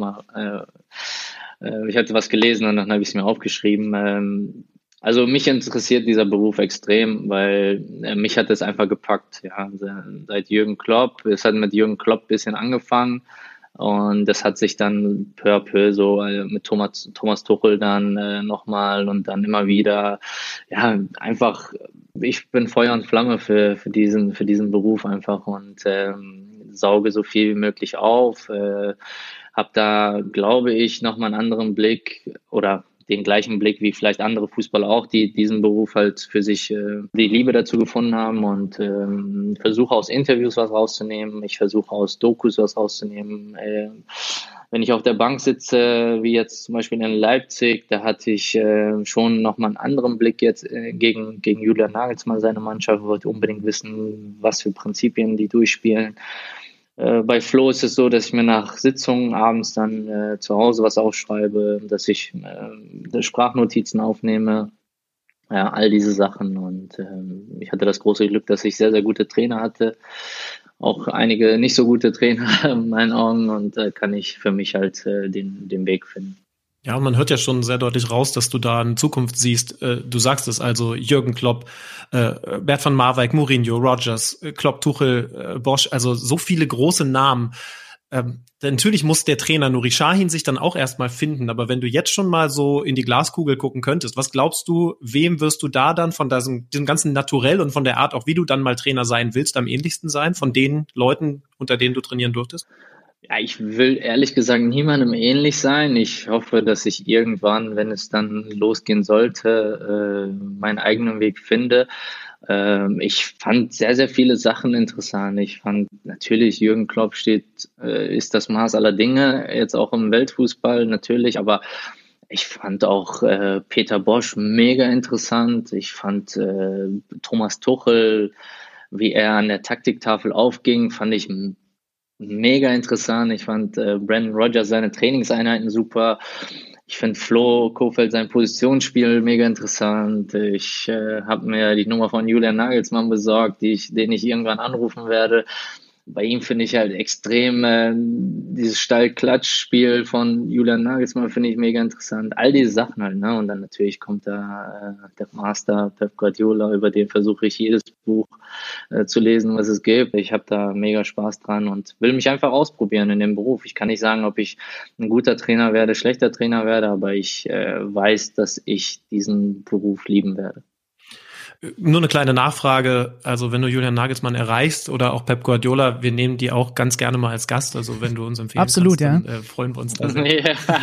ich hatte was gelesen, und dann habe ich es mir aufgeschrieben. Also mich interessiert dieser Beruf extrem, weil mich hat es einfach gepackt. Ja, seit Jürgen Klopp. Es hat mit Jürgen Klopp ein bisschen angefangen, und das hat sich dann peu à peu so mit Thomas Tuchel dann nochmal, und dann immer wieder. Ja, einfach, ich bin Feuer und Flamme für diesen Beruf einfach, und sauge so viel wie möglich auf. Habe da, glaube ich, nochmal einen anderen Blick, oder den gleichen Blick wie vielleicht andere Fußballer auch, die diesen Beruf halt für sich die Liebe dazu gefunden haben, und versuche aus Interviews was rauszunehmen. Ich versuche aus Dokus was rauszunehmen. Wenn ich auf der Bank sitze, wie jetzt zum Beispiel in Leipzig, da hatte ich schon nochmal einen anderen Blick jetzt gegen Julian Nagelsmann, seine Mannschaft, wollte unbedingt wissen, was für Prinzipien die durchspielen. Bei Flo ist es so, dass ich mir nach Sitzungen abends dann zu Hause was aufschreibe, dass ich Sprachnotizen aufnehme, all diese Sachen, und ich hatte das große Glück, dass ich sehr, sehr gute Trainer hatte, auch einige nicht so gute Trainer in meinen Augen, und kann ich für mich halt den Weg finden. Ja, und man hört ja schon sehr deutlich raus, dass du da eine Zukunft siehst. Du sagst es also, Jürgen Klopp, Bert van Marwijk, Mourinho, Rodgers, Klopp, Tuchel, Bosch, also so viele große Namen. Natürlich muss der Trainer Nuri Sahin sich dann auch erstmal finden, aber wenn du jetzt schon mal so in die Glaskugel gucken könntest, was glaubst du, wem wirst du da dann von diesem ganzen Naturell und von der Art, auch wie du dann mal Trainer sein willst, am ähnlichsten sein, von den Leuten, unter denen du trainieren durftest? Ja, ich will ehrlich gesagt niemandem ähnlich sein. Ich hoffe, dass ich irgendwann, wenn es dann losgehen sollte, meinen eigenen Weg finde. Ich fand sehr, sehr viele Sachen interessant. Ich fand natürlich, Jürgen Klopp ist das Maß aller Dinge, jetzt auch im Weltfußball natürlich, aber ich fand auch Peter Bosch mega interessant. Ich fand Thomas Tuchel, wie er an der Taktiktafel aufging, fand ich mega interessant. Ich fand Brendan Rodgers seine Trainingseinheiten super. Ich finde Flo Kofeld sein Positionsspiel mega interessant. Ich habe mir die Nummer von Julian Nagelsmann besorgt, den ich irgendwann anrufen werde. Bei ihm finde ich halt extrem dieses Steil-Klatsch-Spiel von Julian Nagelsmann finde ich mega interessant. All diese Sachen halt, ne? Und dann natürlich kommt da der Master Pep Guardiola, über den versuche ich jedes Buch zu lesen, was es gibt. Ich habe da mega Spaß dran und will mich einfach ausprobieren in dem Beruf. Ich kann nicht sagen, ob ich ein guter Trainer werde, schlechter Trainer werde, aber ich weiß, dass ich diesen Beruf lieben werde. Nur eine kleine Nachfrage, also wenn du Julian Nagelsmann erreichst oder auch Pep Guardiola, wir nehmen die auch ganz gerne mal als Gast, also wenn du uns empfehlen Absolut, kannst, dann freuen wir uns da sehr.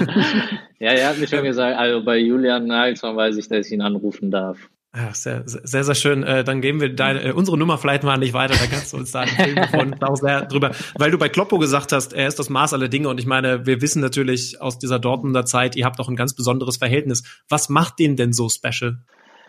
Ja, er hat mir schon gesagt, also bei Julian Nagelsmann weiß ich, dass ich ihn anrufen darf. Ja, sehr, sehr, sehr schön. Dann geben wir unsere Nummer vielleicht mal nicht weiter, da kannst du uns da empfehlen auch sehr drüber. Weil du bei Kloppo gesagt hast, er ist das Maß aller Dinge und ich meine, wir wissen natürlich aus dieser Dortmunder Zeit, ihr habt auch ein ganz besonderes Verhältnis. Was macht den denn so special?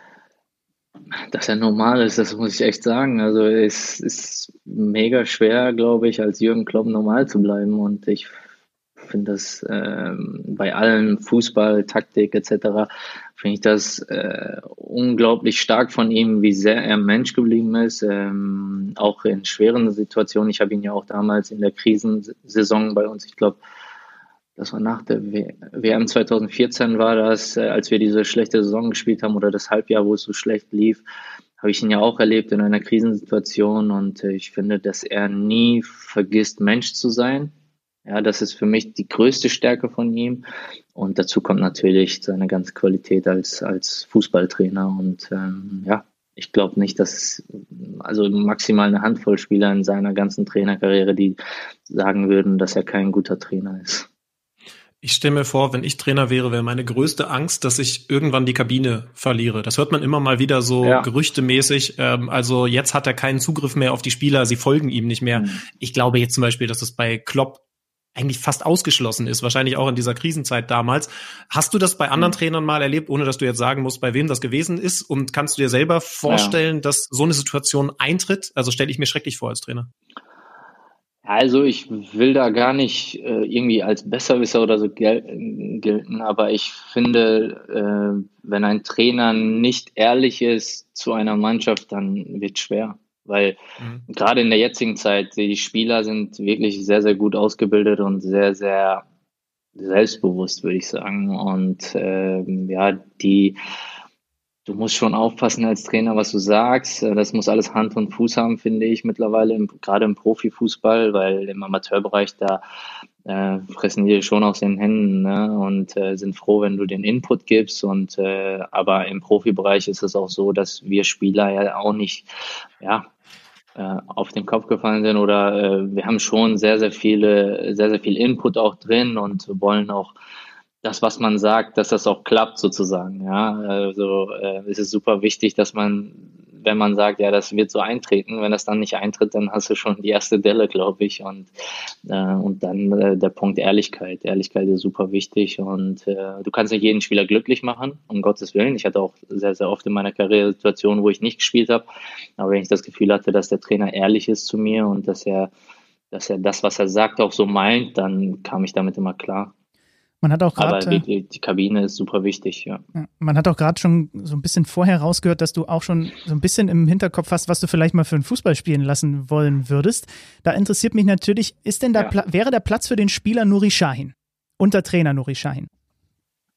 Dass er normal ist, das muss ich echt sagen. Also es ist mega schwer, glaube ich, als Jürgen Klopp normal zu bleiben. Und ich finde das bei allen Fußball, Taktik etc. finde ich das unglaublich stark von ihm, wie sehr er Mensch geblieben ist. Auch in schweren Situationen. Ich habe ihn ja auch damals in der Krisensaison bei uns, ich glaube, das war nach der WM 2014 war das, als wir diese schlechte Saison gespielt haben oder das Halbjahr, wo es so schlecht lief, habe ich ihn ja auch erlebt in einer Krisensituation und ich finde, dass er nie vergisst, Mensch zu sein. Ja, das ist für mich die größte Stärke von ihm und dazu kommt natürlich seine ganze Qualität als Fußballtrainer und ja, ich glaube nicht, dass es also maximal eine Handvoll Spieler in seiner ganzen Trainerkarriere, die sagen würden, dass er kein guter Trainer ist. Ich stelle mir vor, wenn ich Trainer wäre meine größte Angst, dass ich irgendwann die Kabine verliere. Das hört man immer mal wieder so gerüchtemäßig. Also jetzt hat er keinen Zugriff mehr auf die Spieler, sie folgen ihm nicht mehr. Ich glaube jetzt zum Beispiel, dass es bei Klopp eigentlich fast ausgeschlossen ist, wahrscheinlich auch in dieser Krisenzeit damals. Hast du das bei anderen Trainern mal erlebt, ohne dass du jetzt sagen musst, bei wem das gewesen ist? Und kannst du dir selber vorstellen, dass so eine Situation eintritt? Also stelle ich mir schrecklich vor als Trainer. Also ich will da gar nicht irgendwie als Besserwisser oder so gelten, aber ich finde, wenn ein Trainer nicht ehrlich ist zu einer Mannschaft, dann wird es schwer. Weil gerade in der jetzigen Zeit, die Spieler sind wirklich sehr, sehr gut ausgebildet und sehr, sehr selbstbewusst, würde ich sagen. Und du musst schon aufpassen als Trainer, was du sagst. Das muss alles Hand und Fuß haben, finde ich mittlerweile, gerade im Profifußball, weil im Amateurbereich, da fressen die schon aus den Händen, ne? Und sind froh, wenn du den Input gibst. Aber im Profibereich ist es auch so, dass wir Spieler ja auch nicht auf den Kopf gefallen sind oder wir haben schon sehr, sehr viel Input auch drin und wollen auch das, was man sagt, dass das auch klappt sozusagen. Ja, also es ist super wichtig, dass man, wenn man sagt, ja, das wird so eintreten, wenn das dann nicht eintritt, dann hast du schon die erste Delle, glaube ich. Und dann der Punkt Ehrlichkeit. Ehrlichkeit ist super wichtig und du kannst nicht jeden Spieler glücklich machen, um Gottes Willen. Ich hatte auch sehr, sehr oft in meiner Karriere Situationen, wo ich nicht gespielt habe. Aber wenn ich das Gefühl hatte, dass der Trainer ehrlich ist zu mir und dass er das, was er sagt, auch so meint, dann kam ich damit immer klar. Man hat auch grad, aber die Kabine ist super wichtig, ja. Man hat auch gerade schon so ein bisschen vorher rausgehört, dass du auch schon so ein bisschen im Hinterkopf hast, was du vielleicht mal für einen Fußball spielen lassen wollen würdest. Da interessiert mich natürlich, wäre der Platz für den Spieler Nuri Sahin, unter Trainer Nuri Sahin?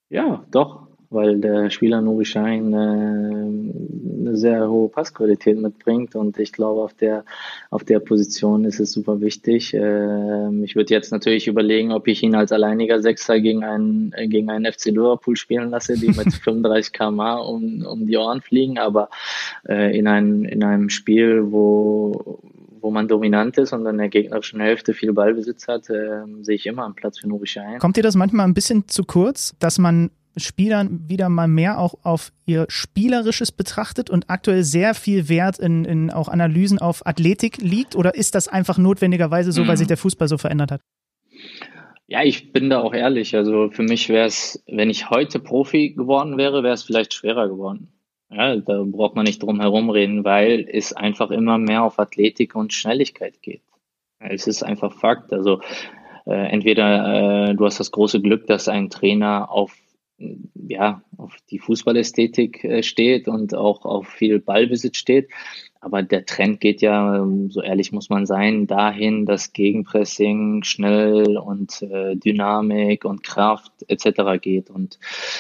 Ja, doch, weil der Spieler Nuri Sahin eine sehr hohe Passqualität mitbringt und ich glaube, auf der Position ist es super wichtig. Ich würde jetzt natürlich überlegen, ob ich ihn als alleiniger Sechser gegen einen FC Liverpool spielen lasse, die mit 35 km/h um die Ohren fliegen, aber in einem Spiel, wo man dominant ist und in der gegnerischen Hälfte viel Ballbesitz hat, sehe ich immer einen Platz für Nuri Sahin. Kommt dir das manchmal ein bisschen zu kurz, dass man Spielern wieder mal mehr auch auf ihr Spielerisches betrachtet und aktuell sehr viel Wert in auch Analysen auf Athletik liegt? Oder ist das einfach notwendigerweise so, weil sich der Fußball so verändert hat? Ja, ich bin da auch ehrlich. Also für mich wäre es, wenn ich heute Profi geworden wäre, wäre es vielleicht schwerer geworden. Ja, da braucht man nicht drum herum reden, weil es einfach immer mehr auf Athletik und Schnelligkeit geht. Ja, es ist einfach Fakt. Also entweder du hast das große Glück, dass ein Trainer auf die Fußballästhetik steht und auch auf viel Ballbesitz steht. Aber der Trend geht ja, so ehrlich muss man sein, dahin, dass Gegenpressing schnell und Dynamik und Kraft etc. geht. Und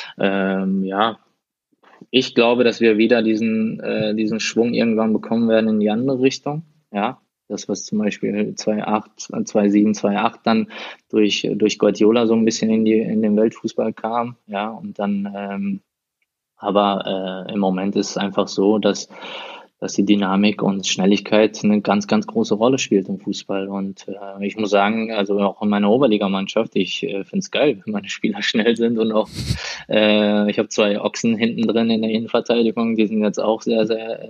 ich glaube, dass wir wieder diesen Schwung irgendwann bekommen werden in die andere Richtung. Ja, das, was zum Beispiel 2007, 2008 dann durch Guardiola so ein bisschen in den Weltfußball kam. Ja, und dann, aber im Moment ist es einfach so, dass die Dynamik und Schnelligkeit eine ganz, ganz große Rolle spielt im Fußball. Und ich muss sagen, also auch in meiner Oberligamannschaft, ich finde es geil, wenn meine Spieler schnell sind und auch ich habe 2 Ochsen hinten drin in der Innenverteidigung, die sind jetzt auch sehr, sehr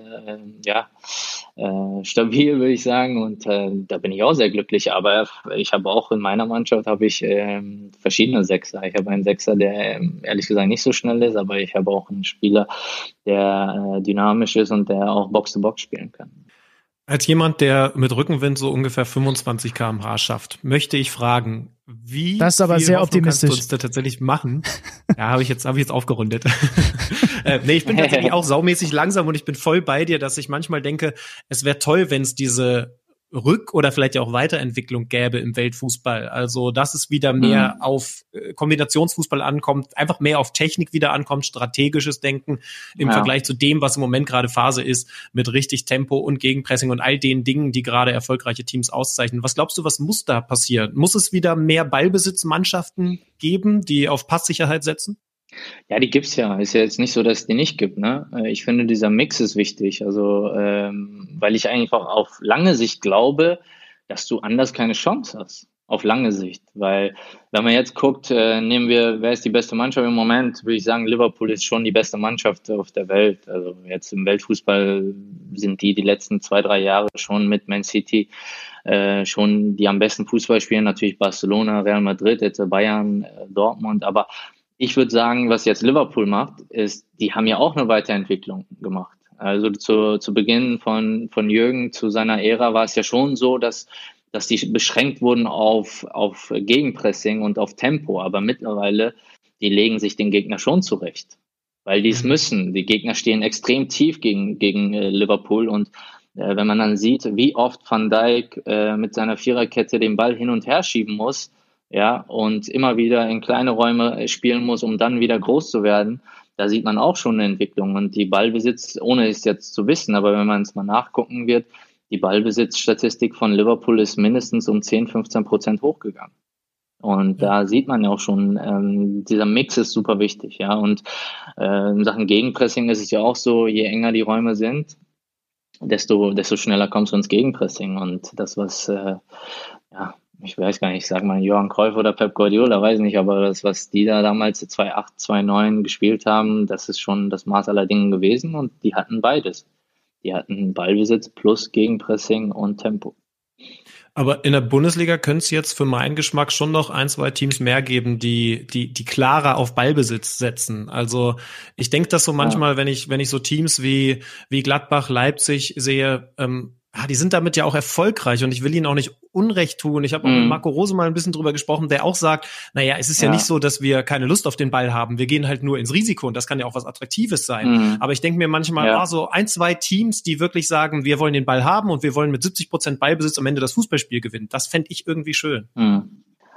stabil, würde ich sagen. Und da bin ich auch sehr glücklich. Aber ich habe auch in meiner Mannschaft verschiedene Sechser. Ich habe einen Sechser, der ehrlich gesagt nicht so schnell ist, aber ich habe auch einen Spieler, der dynamisch ist und der auch Box-to-Box spielen kann. Als jemand, der mit Rückenwind so ungefähr 25 km/h schafft, möchte ich fragen, wie das ist aber viel sehr Hoffnung optimistisch. kannst du uns da tatsächlich machen? Ja, habe ich jetzt aufgerundet. Nee, ich bin tatsächlich auch saumäßig langsam und ich bin voll bei dir, dass ich manchmal denke, es wäre toll, wenn es diese oder vielleicht ja auch Weiterentwicklung gäbe im Weltfußball. Also, dass es wieder mehr auf Kombinationsfußball ankommt, einfach mehr auf Technik wieder ankommt, strategisches Denken im Vergleich zu dem, was im Moment gerade Phase ist, mit richtig Tempo und Gegenpressing und all den Dingen, die gerade erfolgreiche Teams auszeichnen. Was glaubst du, was muss da passieren? Muss es wieder mehr Ballbesitzmannschaften geben, die auf Passsicherheit setzen? Ja, die gibt's ja. Ist ja jetzt nicht so, dass es die nicht gibt, ne? Ich finde, dieser Mix ist wichtig. Also, weil ich einfach auf lange Sicht glaube, dass du anders keine Chance hast. Auf lange Sicht. Weil, wenn man jetzt guckt, wer ist die beste Mannschaft im Moment, würde ich sagen, Liverpool ist schon die beste Mannschaft auf der Welt. Also jetzt im Weltfußball sind die letzten 2, 3 Jahre schon mit Man City schon die am besten Fußball spielen. Natürlich Barcelona, Real Madrid, jetzt Bayern, Dortmund, aber ich würde sagen, was jetzt Liverpool macht, ist, die haben ja auch eine Weiterentwicklung gemacht. Also zu Beginn von Jürgen zu seiner Ära war es ja schon so, dass die beschränkt wurden auf Gegenpressing und auf Tempo. Aber mittlerweile, die legen sich den Gegner schon zurecht, weil die es müssen. Die Gegner stehen extrem tief gegen Liverpool und wenn man dann sieht, wie oft Van Dijk mit seiner Viererkette den Ball hin und her schieben muss, ja, und immer wieder in kleine Räume spielen muss, um dann wieder groß zu werden, da sieht man auch schon eine Entwicklung. Und die Ballbesitz, ohne es jetzt zu wissen, aber wenn man es mal nachgucken wird, die Ballbesitzstatistik von Liverpool ist mindestens um 10-15% hochgegangen. Und da sieht man ja auch schon, dieser Mix ist super wichtig, ja. Und in Sachen Gegenpressing ist es ja auch so, je enger die Räume sind, desto schneller kommst du ins Gegenpressing. Und das, was ich weiß gar nicht, ich sage mal Johann Cruyff oder Pep Guardiola, weiß nicht, aber das, was die da damals 2008, 2009 gespielt haben, das ist schon das Maß aller Dinge gewesen und die hatten beides. Die hatten Ballbesitz plus Gegenpressing und Tempo. Aber in der Bundesliga könnte es jetzt für meinen Geschmack schon noch 1, 2 Teams mehr geben, die klarer auf Ballbesitz setzen. Also ich denke das so manchmal, wenn ich so Teams wie Gladbach, Leipzig sehe, die sind damit ja auch erfolgreich und ich will ihnen auch nicht Unrecht tun. Ich habe auch mit Marco Rose mal ein bisschen drüber gesprochen, der auch sagt, naja, es ist ja nicht so, dass wir keine Lust auf den Ball haben. Wir gehen halt nur ins Risiko und das kann ja auch was Attraktives sein. Aber ich denke mir manchmal, so 1, 2 Teams, die wirklich sagen, wir wollen den Ball haben und wir wollen mit 70% Ballbesitz am Ende das Fußballspiel gewinnen. Das fände ich irgendwie schön.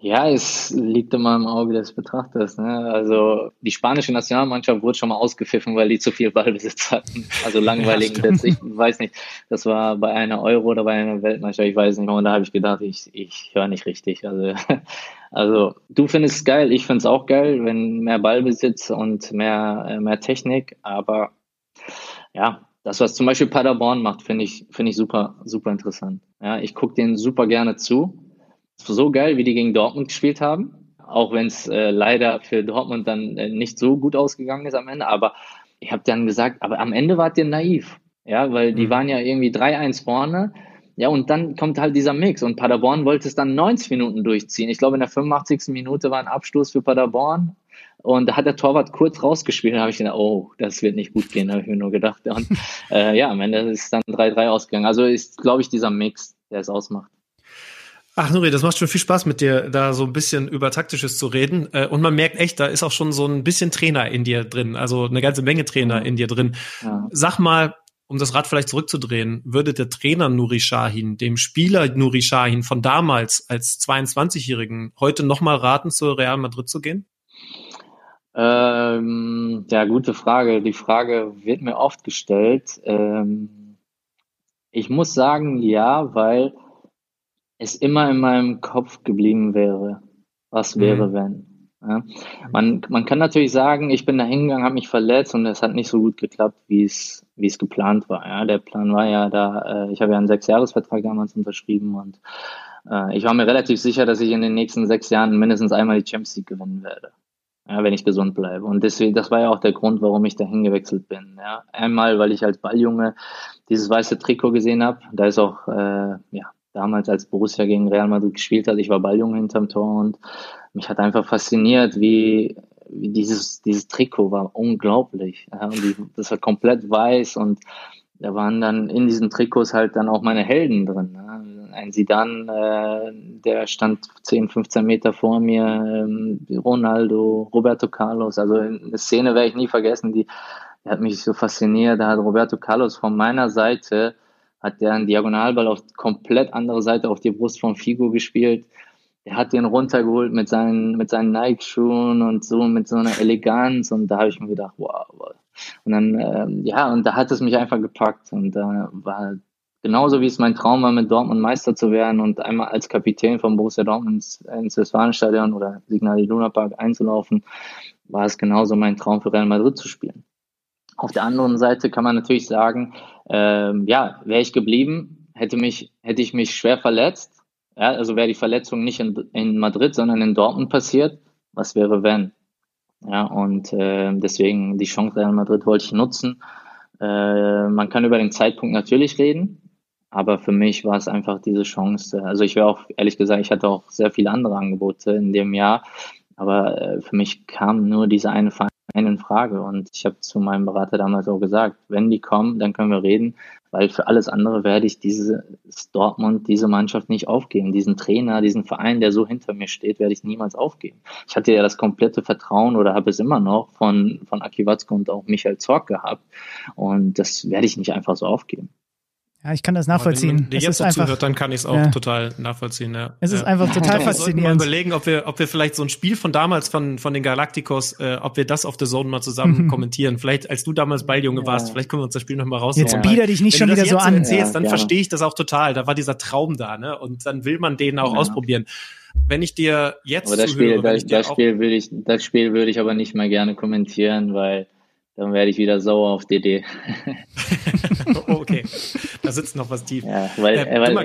Ja, es liegt immer im Auge des Betrachters, ne? Also die spanische Nationalmannschaft wurde schon mal ausgepfiffen, weil die zu viel Ballbesitz hatten. Also Ja, langweiligen stimmt. Bits. Ich weiß nicht, das war bei einer Euro oder bei einer Weltmeisterschaft, ich weiß nicht mehr. Und da habe ich gedacht, ich höre nicht richtig. Also, also du findest es geil, ich finde es auch geil, wenn mehr Ballbesitz und mehr Technik. Aber ja, das, was zum Beispiel Paderborn macht, finde ich super, super interessant. Ja, ich gucke denen super gerne zu. So geil, wie die gegen Dortmund gespielt haben, auch wenn es leider für Dortmund dann nicht so gut ausgegangen ist am Ende. Aber ich habe dann gesagt, aber am Ende wart ihr naiv, ja, weil die waren ja irgendwie 3-1 vorne. Ja, und dann kommt halt dieser Mix und Paderborn wollte es dann 90 Minuten durchziehen. Ich glaube, in der 85. Minute war ein Abstoß für Paderborn und da hat der Torwart kurz rausgespielt. Da habe ich gedacht, oh, das wird nicht gut gehen, habe ich mir nur gedacht. Und ja, am Ende ist es dann 3-3 ausgegangen. Also ist, glaube ich, dieser Mix, der es ausmacht. Ach, Nuri, das macht schon viel Spaß mit dir, da so ein bisschen über Taktisches zu reden. Und man merkt echt, da ist auch schon so ein bisschen Trainer in dir drin, also eine ganze Menge Trainer in dir drin. Ja. Sag mal, um das Rad vielleicht zurückzudrehen, würde der Trainer Nuri Sahin, dem Spieler Nuri Sahin von damals als 22-Jährigen heute nochmal raten, zu Real Madrid zu gehen? Ja, gute Frage. Die Frage wird mir oft gestellt. Ich muss sagen, ja, weil es immer in meinem Kopf geblieben wäre. Was wäre, wenn? Ja. Man kann natürlich sagen, ich bin da hingegangen, habe mich verletzt und es hat nicht so gut geklappt, wie es geplant war. Ja. Der Plan war ja da, ich habe ja einen 6-Jahres-Vertrag damals unterschrieben und ich war mir relativ sicher, dass ich in den nächsten 6 Jahren mindestens einmal die Champions League gewinnen werde. Ja, wenn ich gesund bleibe. Und deswegen, das war ja auch der Grund, warum ich da hingewechselt bin. Ja. Einmal, weil ich als Balljunge dieses weiße Trikot gesehen habe. Da ist auch, ja, damals, als Borussia gegen Real Madrid gespielt hat, ich war Balljunge hinterm Tor und mich hat einfach fasziniert, wie dieses Trikot war unglaublich. Ja, und das war komplett weiß und da waren dann in diesen Trikots halt dann auch meine Helden drin. Ne? Ein Zidane, der stand 10, 15 Meter vor mir, Ronaldo, Roberto Carlos, also eine Szene werde ich nie vergessen, die hat mich so fasziniert. Da hat Roberto Carlos von meiner Seite hat der einen Diagonalball auf komplett andere Seite auf die Brust von Figo gespielt. Der hat den runtergeholt mit seinen Nike-Schuhen und so, mit so einer Eleganz. Und da habe ich mir gedacht, wow. Und dann, ja, und da hat es mich einfach gepackt. Und da war genauso, wie es mein Traum war, mit Dortmund Meister zu werden und einmal als Kapitän von Borussia Dortmund ins Westfalenstadion oder Signal Iduna Park einzulaufen, war es genauso mein Traum, für Real Madrid zu spielen. Auf der anderen Seite kann man natürlich sagen, ja, wäre ich geblieben, hätte ich mich schwer verletzt. Ja, also wäre die Verletzung nicht in Madrid, sondern in Dortmund passiert. Was wäre, wenn? Ja, und deswegen die Chance Real Madrid wollte ich nutzen. Man kann über den Zeitpunkt natürlich reden, aber für mich war es einfach diese Chance. Also ich wäre auch, ehrlich gesagt, ich hatte auch sehr viele andere Angebote in dem Jahr, aber für mich kam nur diese eine Verein in Frage. Und ich habe zu meinem Berater damals auch gesagt, wenn die kommen, dann können wir reden, weil für alles andere werde ich diese Mannschaft nicht aufgeben. Diesen Trainer, diesen Verein, der so hinter mir steht, werde ich niemals aufgeben. Ich hatte ja das komplette Vertrauen oder habe es immer noch von Aki Watzke und auch Michael Zorc gehabt. Und das werde ich nicht einfach so aufgeben. Ja, ich kann das nachvollziehen. Wenn man dir jetzt dazu hört, dann kann ich es auch total nachvollziehen. Ja. Es ist einfach total faszinierend. Wir überlegen, ob wir vielleicht so ein Spiel von damals von den Galacticos, ob wir das auf The Zone mal zusammen kommentieren. Vielleicht, als du damals Balljunge warst, vielleicht können wir uns das Spiel noch mal rausholen. Jetzt bieder dich nicht schon wieder so an. Erzählst, dann verstehe ich das auch total. Da war dieser Traum da, ne? Und dann will man den auch ausprobieren. Wenn ich dir jetzt aber das Spiel würde ich aber nicht mal gerne kommentieren, weil dann werde ich wieder sauer auf DD. Okay, da sitzt noch was tief. Ja, weil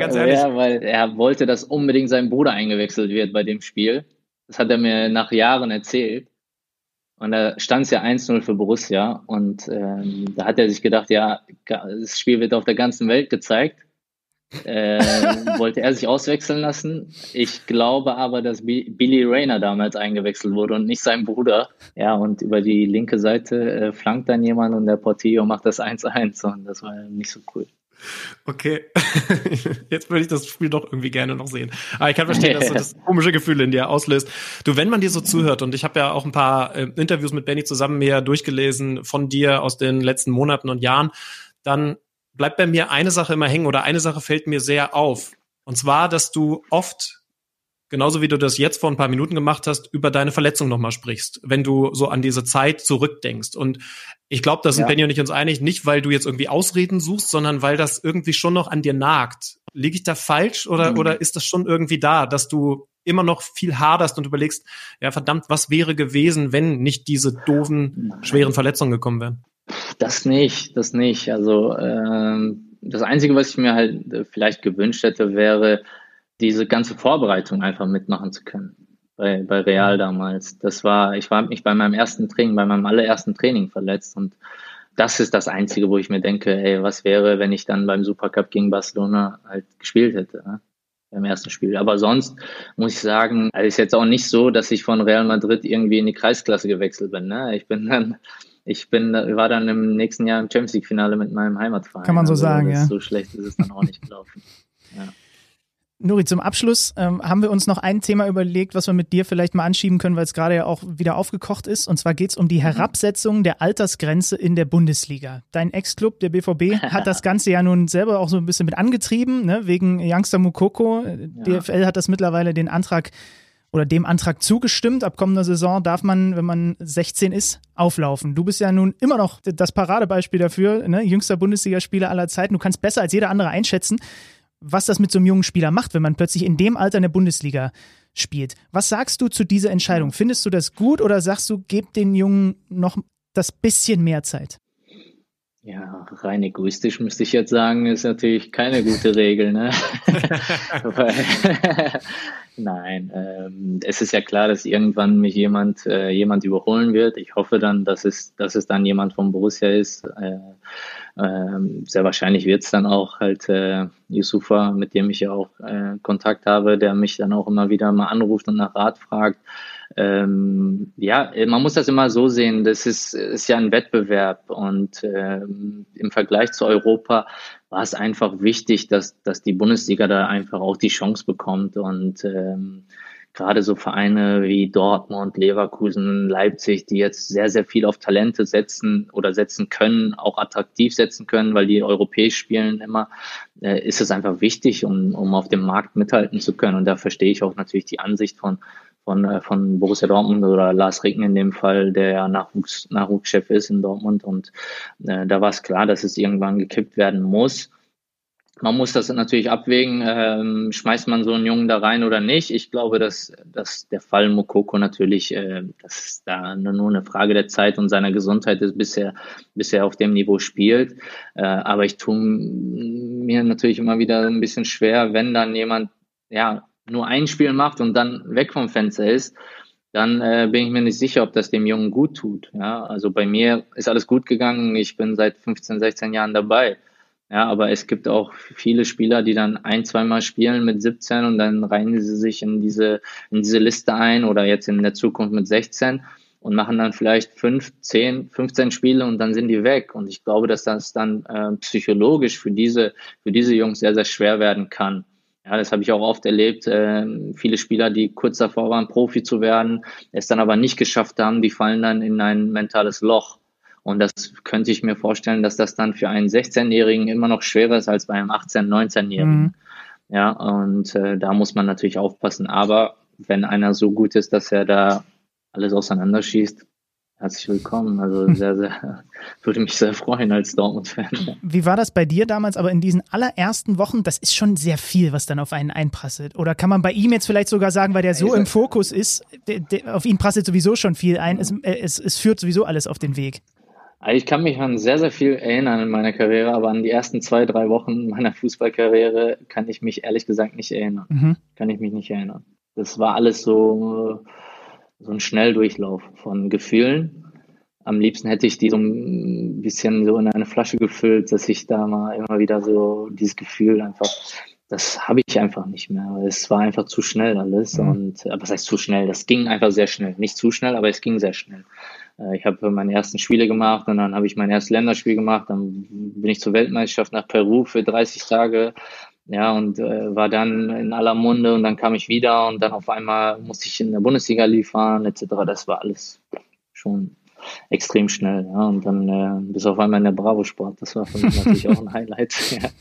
er wollte, dass unbedingt sein Bruder eingewechselt wird bei dem Spiel. Das hat er mir nach Jahren erzählt. Und da stand es ja 1-0 für Borussia. Und da hat er sich gedacht, ja, das Spiel wird auf der ganzen Welt gezeigt. Wollte er sich auswechseln lassen. Ich glaube aber, dass Billy Rayner damals eingewechselt wurde und nicht sein Bruder. Ja, und über die linke Seite flankt dann jemand und der Portillo macht das 1-1 und das war nicht so cool. Okay, jetzt würde ich das Spiel doch irgendwie gerne noch sehen. Aber ich kann verstehen, dass das komische Gefühle in dir auslöst. Du, wenn man dir so zuhört, und ich habe ja auch ein paar Interviews mit Benny zusammen mir durchgelesen von dir aus den letzten Monaten und Jahren, dann bleibt bei mir eine Sache immer hängen oder eine Sache fällt mir sehr auf. Und zwar, dass du oft genauso wie du das jetzt vor ein paar Minuten gemacht hast, über deine Verletzung nochmal sprichst, wenn du so an diese Zeit zurückdenkst. Und ich glaube, da sind Benny und ich uns einig, nicht weil du jetzt irgendwie Ausreden suchst, sondern weil das irgendwie schon noch an dir nagt. Liege ich da falsch oder ist das schon irgendwie da, dass du immer noch viel haderst und überlegst, ja verdammt, was wäre gewesen, wenn nicht diese doofen, schweren Verletzungen gekommen wären? Das nicht. Also das Einzige, was ich mir halt vielleicht gewünscht hätte, wäre, diese ganze Vorbereitung einfach mitmachen zu können. Bei Real damals. Ich habe mich bei meinem allerersten Training verletzt und das ist das Einzige, wo ich mir denke, ey, was wäre, wenn ich dann beim Supercup gegen Barcelona halt gespielt hätte, ne? Beim ersten Spiel. Aber sonst muss ich sagen, also ist jetzt auch nicht so, dass ich von Real Madrid irgendwie in die Kreisklasse gewechselt bin, ne? War dann im nächsten Jahr im Champions League Finale mit meinem Heimatverein. Kann man so sagen, ja. So schlecht ist es dann auch nicht gelaufen. Ja. Nuri, zum Abschluss haben wir uns noch ein Thema überlegt, was wir mit dir vielleicht mal anschieben können, weil es gerade ja auch wieder aufgekocht ist. Und zwar geht es um die Herabsetzung der Altersgrenze in der Bundesliga. Dein Ex-Club, der BVB, hat das Ganze ja nun selber auch so ein bisschen mit angetrieben, ne? Wegen Youngster Moukoko. DFL hat das mittlerweile dem Antrag zugestimmt. Ab kommender Saison darf man, wenn man 16 ist, auflaufen. Du bist ja nun immer noch das Paradebeispiel dafür, ne? Jüngster Bundesligaspieler aller Zeiten. Du kannst besser als jeder andere einschätzen, was das mit so einem jungen Spieler macht, wenn man plötzlich in dem Alter in der Bundesliga spielt. Was sagst du zu dieser Entscheidung? Findest du das gut oder sagst du, gebt den Jungen noch das bisschen mehr Zeit? Ja, rein egoistisch müsste ich jetzt sagen, ist natürlich keine gute Regel, ne? Nein, es ist ja klar, dass irgendwann mich jemand überholen wird. Ich hoffe dann, dass es dann jemand vom Borussia ist. Sehr wahrscheinlich wird es dann auch halt Youssoufa, mit dem ich ja auch Kontakt habe, der mich dann auch immer wieder mal anruft und nach Rat fragt. Man muss das immer so sehen, das ist ja ein Wettbewerb und im Vergleich zu Europa war es einfach wichtig, dass die Bundesliga da einfach auch die Chance bekommt und gerade so Vereine wie Dortmund, Leverkusen, Leipzig, die jetzt sehr, sehr viel auf Talente setzen können, auch attraktiv setzen können, weil die europäisch spielen immer, ist es einfach wichtig, um auf dem Markt mithalten zu können. Und da verstehe ich auch natürlich die Ansicht von Borussia Dortmund oder Lars Ricken in dem Fall, der ja Nachwuchschef ist in Dortmund. Und da war es klar, dass es irgendwann gekippt werden muss. Man muss das natürlich abwägen, schmeißt man so einen Jungen da rein oder nicht. Ich glaube, dass der Fall Moukoko natürlich, dass es da nur eine Frage der Zeit und seiner Gesundheit ist, bis er auf dem Niveau spielt. Aber ich tue mir natürlich immer wieder ein bisschen schwer, wenn dann jemand nur ein Spiel macht und dann weg vom Fenster ist, dann bin ich mir nicht sicher, ob das dem Jungen gut tut. Ja, also bei mir ist alles gut gegangen. Ich bin seit 15, 16 Jahren dabei. Ja, aber es gibt auch viele Spieler, die dann 1-2 Mal spielen mit 17 und dann reihen sie sich in diese Liste ein oder jetzt in der Zukunft mit 16 und machen dann vielleicht 5, 10, 15 Spiele und dann sind die weg. Und ich glaube, dass das dann psychologisch für diese Jungs sehr, sehr schwer werden kann. Ja, das habe ich auch oft erlebt. Viele Spieler, die kurz davor waren, Profi zu werden, es dann aber nicht geschafft haben, die fallen dann in ein mentales Loch. Und das könnte ich mir vorstellen, dass das dann für einen 16-Jährigen immer noch schwerer ist als bei einem 18-, 19-Jährigen. Ja, und da muss man natürlich aufpassen. Aber wenn einer so gut ist, dass er da alles auseinanderschießt, herzlich willkommen. Also sehr, sehr, würde mich sehr freuen als Dortmund-Fan. Wie war das bei dir damals, aber in diesen allerersten Wochen? Das ist schon sehr viel, was dann auf einen einprasselt. Oder kann man bei ihm jetzt vielleicht sogar sagen, weil der so im Fokus ist, auf ihn prasselt sowieso schon viel ein, es führt sowieso alles auf den Weg? Ich kann mich an sehr, sehr viel erinnern in meiner Karriere, aber an die ersten 2-3 Wochen meiner Fußballkarriere kann ich mich ehrlich gesagt nicht erinnern. Kann ich mich nicht erinnern. Das war alles so ein Schnelldurchlauf von Gefühlen. Am liebsten hätte ich die so ein bisschen so in eine Flasche gefüllt, dass ich da mal immer wieder so dieses Gefühl einfach, das habe ich einfach nicht mehr. Es war einfach zu schnell alles. Und was heißt zu schnell? Das ging einfach sehr schnell. Nicht zu schnell, aber es ging sehr schnell. Ich habe meine ersten Spiele gemacht und dann habe ich mein erstes Länderspiel gemacht. Dann bin ich zur Weltmeisterschaft nach Peru für 30 Tage. Ja, und war dann in aller Munde und dann kam ich wieder und dann auf einmal musste ich in der Bundesliga liefern, etc. Das war alles schon extrem schnell. Ja, und dann bis auf einmal in der Bravo Sport. Das war für mich natürlich auch ein Highlight. Ja.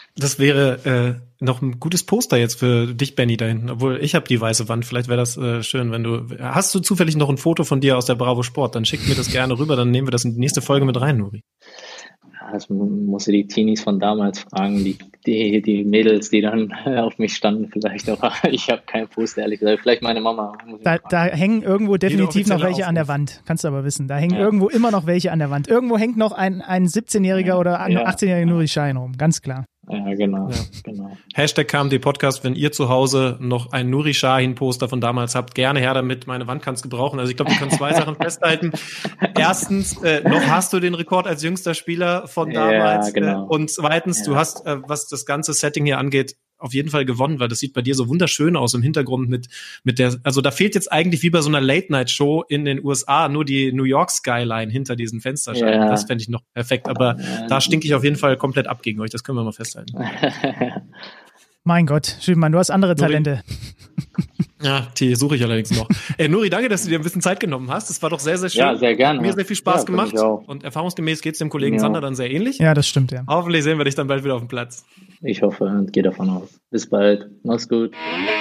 Das wäre noch ein gutes Poster jetzt für dich, Benny, da hinten. Obwohl, ich habe die weiße Wand. Vielleicht wäre das schön, wenn du... Hast du zufällig noch ein Foto von dir aus der Bravo Sport? Dann schick mir das gerne rüber, dann nehmen wir das in die nächste Folge mit rein, Nuri. Das musst du die Teenies von damals fragen, die Mädels, die dann auf mich standen vielleicht, aber ich habe kein Poster, ehrlich gesagt. Vielleicht meine Mama. Da hängen irgendwo definitiv noch welche an der Wand, kannst du aber wissen. Da hängen irgendwo immer noch welche an der Wand. Irgendwo hängt noch ein 17-jähriger oder 18-jähriger Nuri Sahin rum, ganz klar. Ja, genau. Hashtag KMD-Podcast, wenn ihr zu Hause noch ein Nuri Sahin-Poster von damals habt, gerne her damit, meine Wand kann es gebrauchen. Also ich glaube, wir können 2 Sachen festhalten. Erstens, noch hast du den Rekord als jüngster Spieler von damals. Ja, genau. Und zweitens, du hast, was das ganze Setting hier angeht, auf jeden Fall gewonnen, weil das sieht bei dir so wunderschön aus im Hintergrund mit der, also da fehlt jetzt eigentlich wie bei so einer Late-Night-Show in den USA nur die New York Skyline hinter diesen Fensterscheiben. Das fände ich noch perfekt, aber da stinke ich auf jeden Fall komplett ab gegen euch, das können wir mal festhalten. Mein Gott, Schümann, du hast andere Talente. Ja, die suche ich allerdings noch. Nuri, danke, dass du dir ein bisschen Zeit genommen hast. Das war doch sehr, sehr schön. Ja, sehr gerne. Hat mir sehr viel Spaß gemacht. Und erfahrungsgemäß geht es dem Kollegen Sander dann sehr ähnlich. Ja, das stimmt, ja. Hoffentlich sehen wir dich dann bald wieder auf dem Platz. Ich hoffe und gehe davon aus. Bis bald. Mach's gut.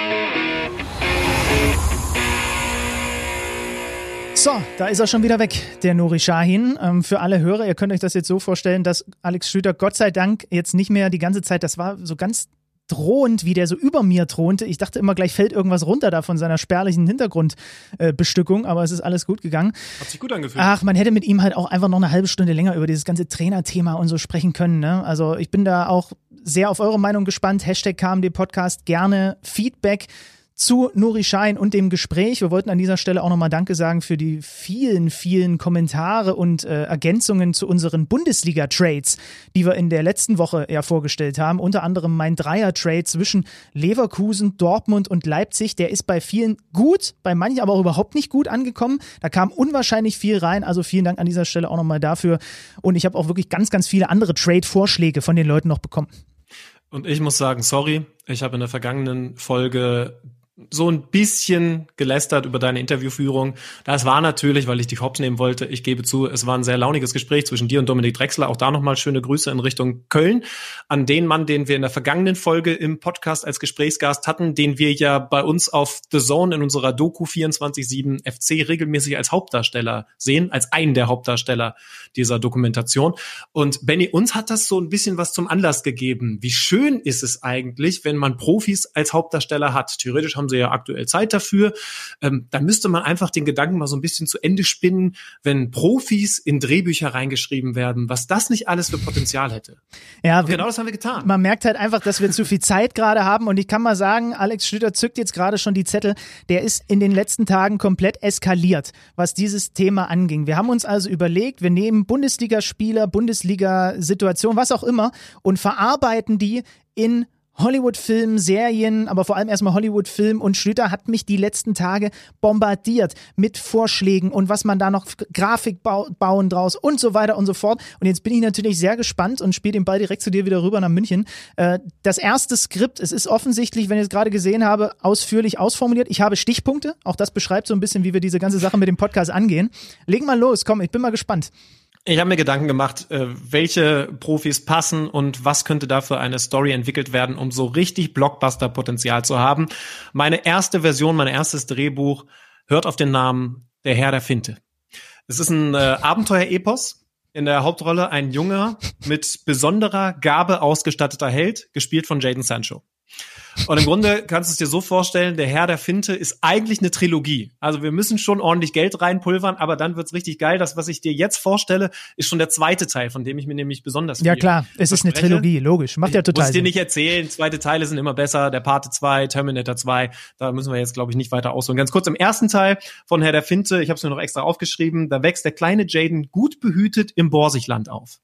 So, da ist er schon wieder weg, der Nuri Sahin. Für alle Hörer, ihr könnt euch das jetzt so vorstellen, dass Alex Schlüter Gott sei Dank jetzt nicht mehr die ganze Zeit, das war so ganz drohend, wie der so über mir thronte. Ich dachte immer, gleich fällt irgendwas runter da von seiner spärlichen Hintergrundbestückung, aber es ist alles gut gegangen. Hat sich gut angefühlt. Ach, man hätte mit ihm halt auch einfach noch eine halbe Stunde länger über dieses ganze Trainerthema und so sprechen können. Ne? Also ich bin da auch sehr auf eure Meinung gespannt. Hashtag KMD-Podcast, gerne Feedback zu Nuri Sahin und dem Gespräch. Wir wollten an dieser Stelle auch nochmal Danke sagen für die vielen, vielen Kommentare und Ergänzungen zu unseren Bundesliga-Trades, die wir in der letzten Woche ja vorgestellt haben. Unter anderem mein Dreier-Trade zwischen Leverkusen, Dortmund und Leipzig. Der ist bei vielen gut, bei manchen aber auch überhaupt nicht gut angekommen. Da kam unwahrscheinlich viel rein. Also vielen Dank an dieser Stelle auch nochmal dafür. Und ich habe auch wirklich ganz, ganz viele andere Trade-Vorschläge von den Leuten noch bekommen. Und ich muss sagen, sorry, ich habe in der vergangenen Folge so ein bisschen gelästert über deine Interviewführung. Das war natürlich, weil ich dich hops nehmen wollte. Ich gebe zu, es war ein sehr launiges Gespräch zwischen dir und Dominik Drexler. Auch da nochmal schöne Grüße in Richtung Köln an den Mann, den wir in der vergangenen Folge im Podcast als Gesprächsgast hatten, den wir ja bei uns auf The Zone in unserer Doku 24/7 FC regelmäßig als Hauptdarsteller sehen, als einen der Hauptdarsteller dieser Dokumentation. Und Benny, uns hat das so ein bisschen was zum Anlass gegeben. Wie schön ist es eigentlich, wenn man Profis als Hauptdarsteller hat? Theoretisch haben sie ja aktuell Zeit dafür. Da müsste man einfach den Gedanken mal so ein bisschen zu Ende spinnen, wenn Profis in Drehbücher reingeschrieben werden, was das nicht alles für Potenzial hätte. Ja, genau das haben wir getan. Man merkt halt einfach, dass wir zu viel Zeit gerade haben und ich kann mal sagen, Alex Schlüter zückt jetzt gerade schon die Zettel, der ist in den letzten Tagen komplett eskaliert, was dieses Thema anging. Wir haben uns also überlegt, wir nehmen Bundesligaspieler, Bundesliga-Situation, was auch immer und verarbeiten die in Hollywood-Film, Serien, aber vor allem erstmal Hollywood-Film und Schlüter hat mich die letzten Tage bombardiert mit Vorschlägen und was man da noch Grafik bauen draus und so weiter und so fort. Und jetzt bin ich natürlich sehr gespannt und spiele den Ball direkt zu dir wieder rüber nach München. Das erste Skript, es ist offensichtlich, wenn ich es gerade gesehen habe, ausführlich ausformuliert. Ich habe Stichpunkte, auch das beschreibt so ein bisschen, wie wir diese ganze Sache mit dem Podcast angehen. Leg mal los, komm, ich bin mal gespannt. Ich habe mir Gedanken gemacht, welche Profis passen und was könnte da für eine Story entwickelt werden, um so richtig Blockbuster-Potenzial zu haben. Meine erste Version, mein erstes Drehbuch hört auf den Namen Der Herr der Finte. Es ist ein Abenteuer-Epos. In der Hauptrolle ein junger, mit besonderer Gabe ausgestatteter Held, gespielt von Jadon Sancho. Und im Grunde kannst du es dir so vorstellen, Der Herr der Finte ist eigentlich eine Trilogie. Also wir müssen schon ordentlich Geld reinpulvern, aber dann wird's richtig geil. Das, was ich dir jetzt vorstelle, ist schon der zweite Teil, von dem ich mir nämlich besonders viel Ja klar, es ist eine Trilogie, logisch. Macht ja total Sinn. Muss ich dir nicht erzählen, zweite Teile sind immer besser. Der Pate 2, Terminator 2, da müssen wir jetzt, glaube ich, nicht weiter ausholen. Ganz kurz, im ersten Teil von Herr der Finte, ich habe es mir noch extra aufgeschrieben, da wächst der kleine Jadon gut behütet im Borsigland auf.